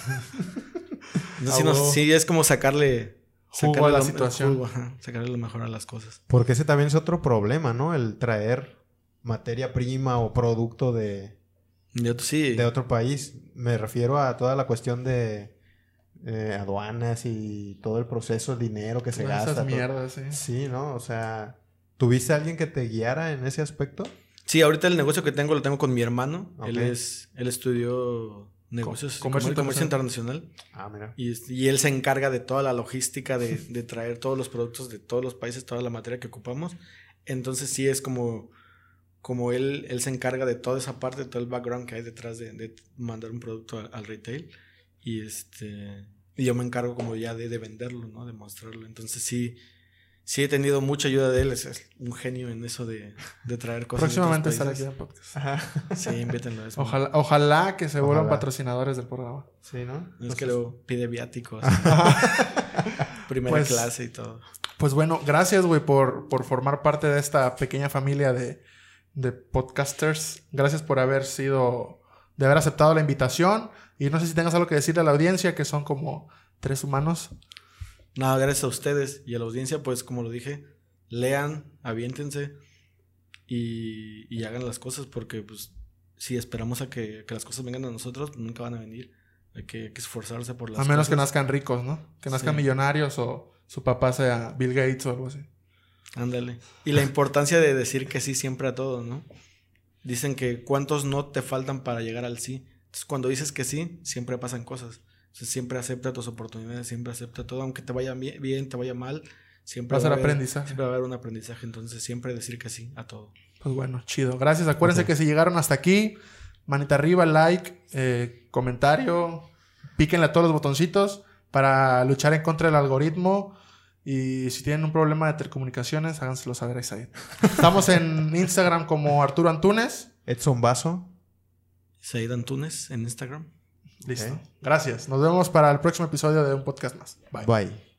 Sí, es como sacarle jugo a la situación. Sacarle lo mejor a las cosas. Porque ese también es otro problema, ¿no? El traer materia prima o producto de otro país. Me refiero a toda la cuestión de aduanas y todo el proceso, dinero que se gasta. Esas mierdas, sí. Sí, ¿no? O sea, ¿tuviste a alguien que te guiara en ese aspecto? Sí, ahorita el negocio que tengo lo tengo con mi hermano. Okay. Él estudió negocios, comercio internacional. Ah, mira. Y él se encarga de toda la logística de traer todos los productos de todos los países, toda la materia que ocupamos. Entonces sí es como él se encarga de toda esa parte, de todo el background que hay detrás de mandar un producto al retail. Y yo me encargo como ya de venderlo, ¿no? De mostrarlo. Entonces sí he tenido mucha ayuda de él. Es un genio en eso de traer cosas. Próximamente estará aquí en el podcast. Ajá. Sí, invítenlo a eso. Ojalá que se vuelvan patrocinadores del programa. Sí, ¿no? Es que luego pide viáticos. Primera clase y todo. Pues bueno, gracias, güey, por formar parte de esta pequeña familia de de podcasters. Gracias por haber aceptado la invitación. Y no sé si tengas algo que decirle a la audiencia, que son como 3 humanos. Nada, gracias a ustedes y a la audiencia, pues como lo dije, lean, aviéntense y hagan las cosas, porque pues si esperamos a que las cosas vengan a nosotros, pues, nunca van a venir. Hay que esforzarse por las cosas. A menos que nazcan ricos, ¿no? Que nazcan millonarios o su papá sea Bill Gates o algo así. Ándale. Y la importancia de decir que sí siempre a todo, ¿no? Dicen que cuántos no te faltan para llegar al sí. Entonces, cuando dices que sí, siempre pasan cosas. Entonces, siempre acepta tus oportunidades, siempre acepta todo, aunque te vaya bien, te vaya mal, siempre va a haber aprendizaje. Siempre va a haber un aprendizaje. Entonces, siempre decir que sí a todo. Pues bueno, chido. Gracias. Acuérdense que si llegaron hasta aquí, manita arriba, like, comentario, píquenle a todos los botoncitos para luchar en contra del algoritmo. Y si tienen un problema de telecomunicaciones, háganselo saber a Isaid. Estamos en Instagram como Arturo Antunes. Edson Vaso. Isaid Antunes en Instagram. Listo. Okay. Gracias. Nos vemos para el próximo episodio de un podcast más. Bye. Bye.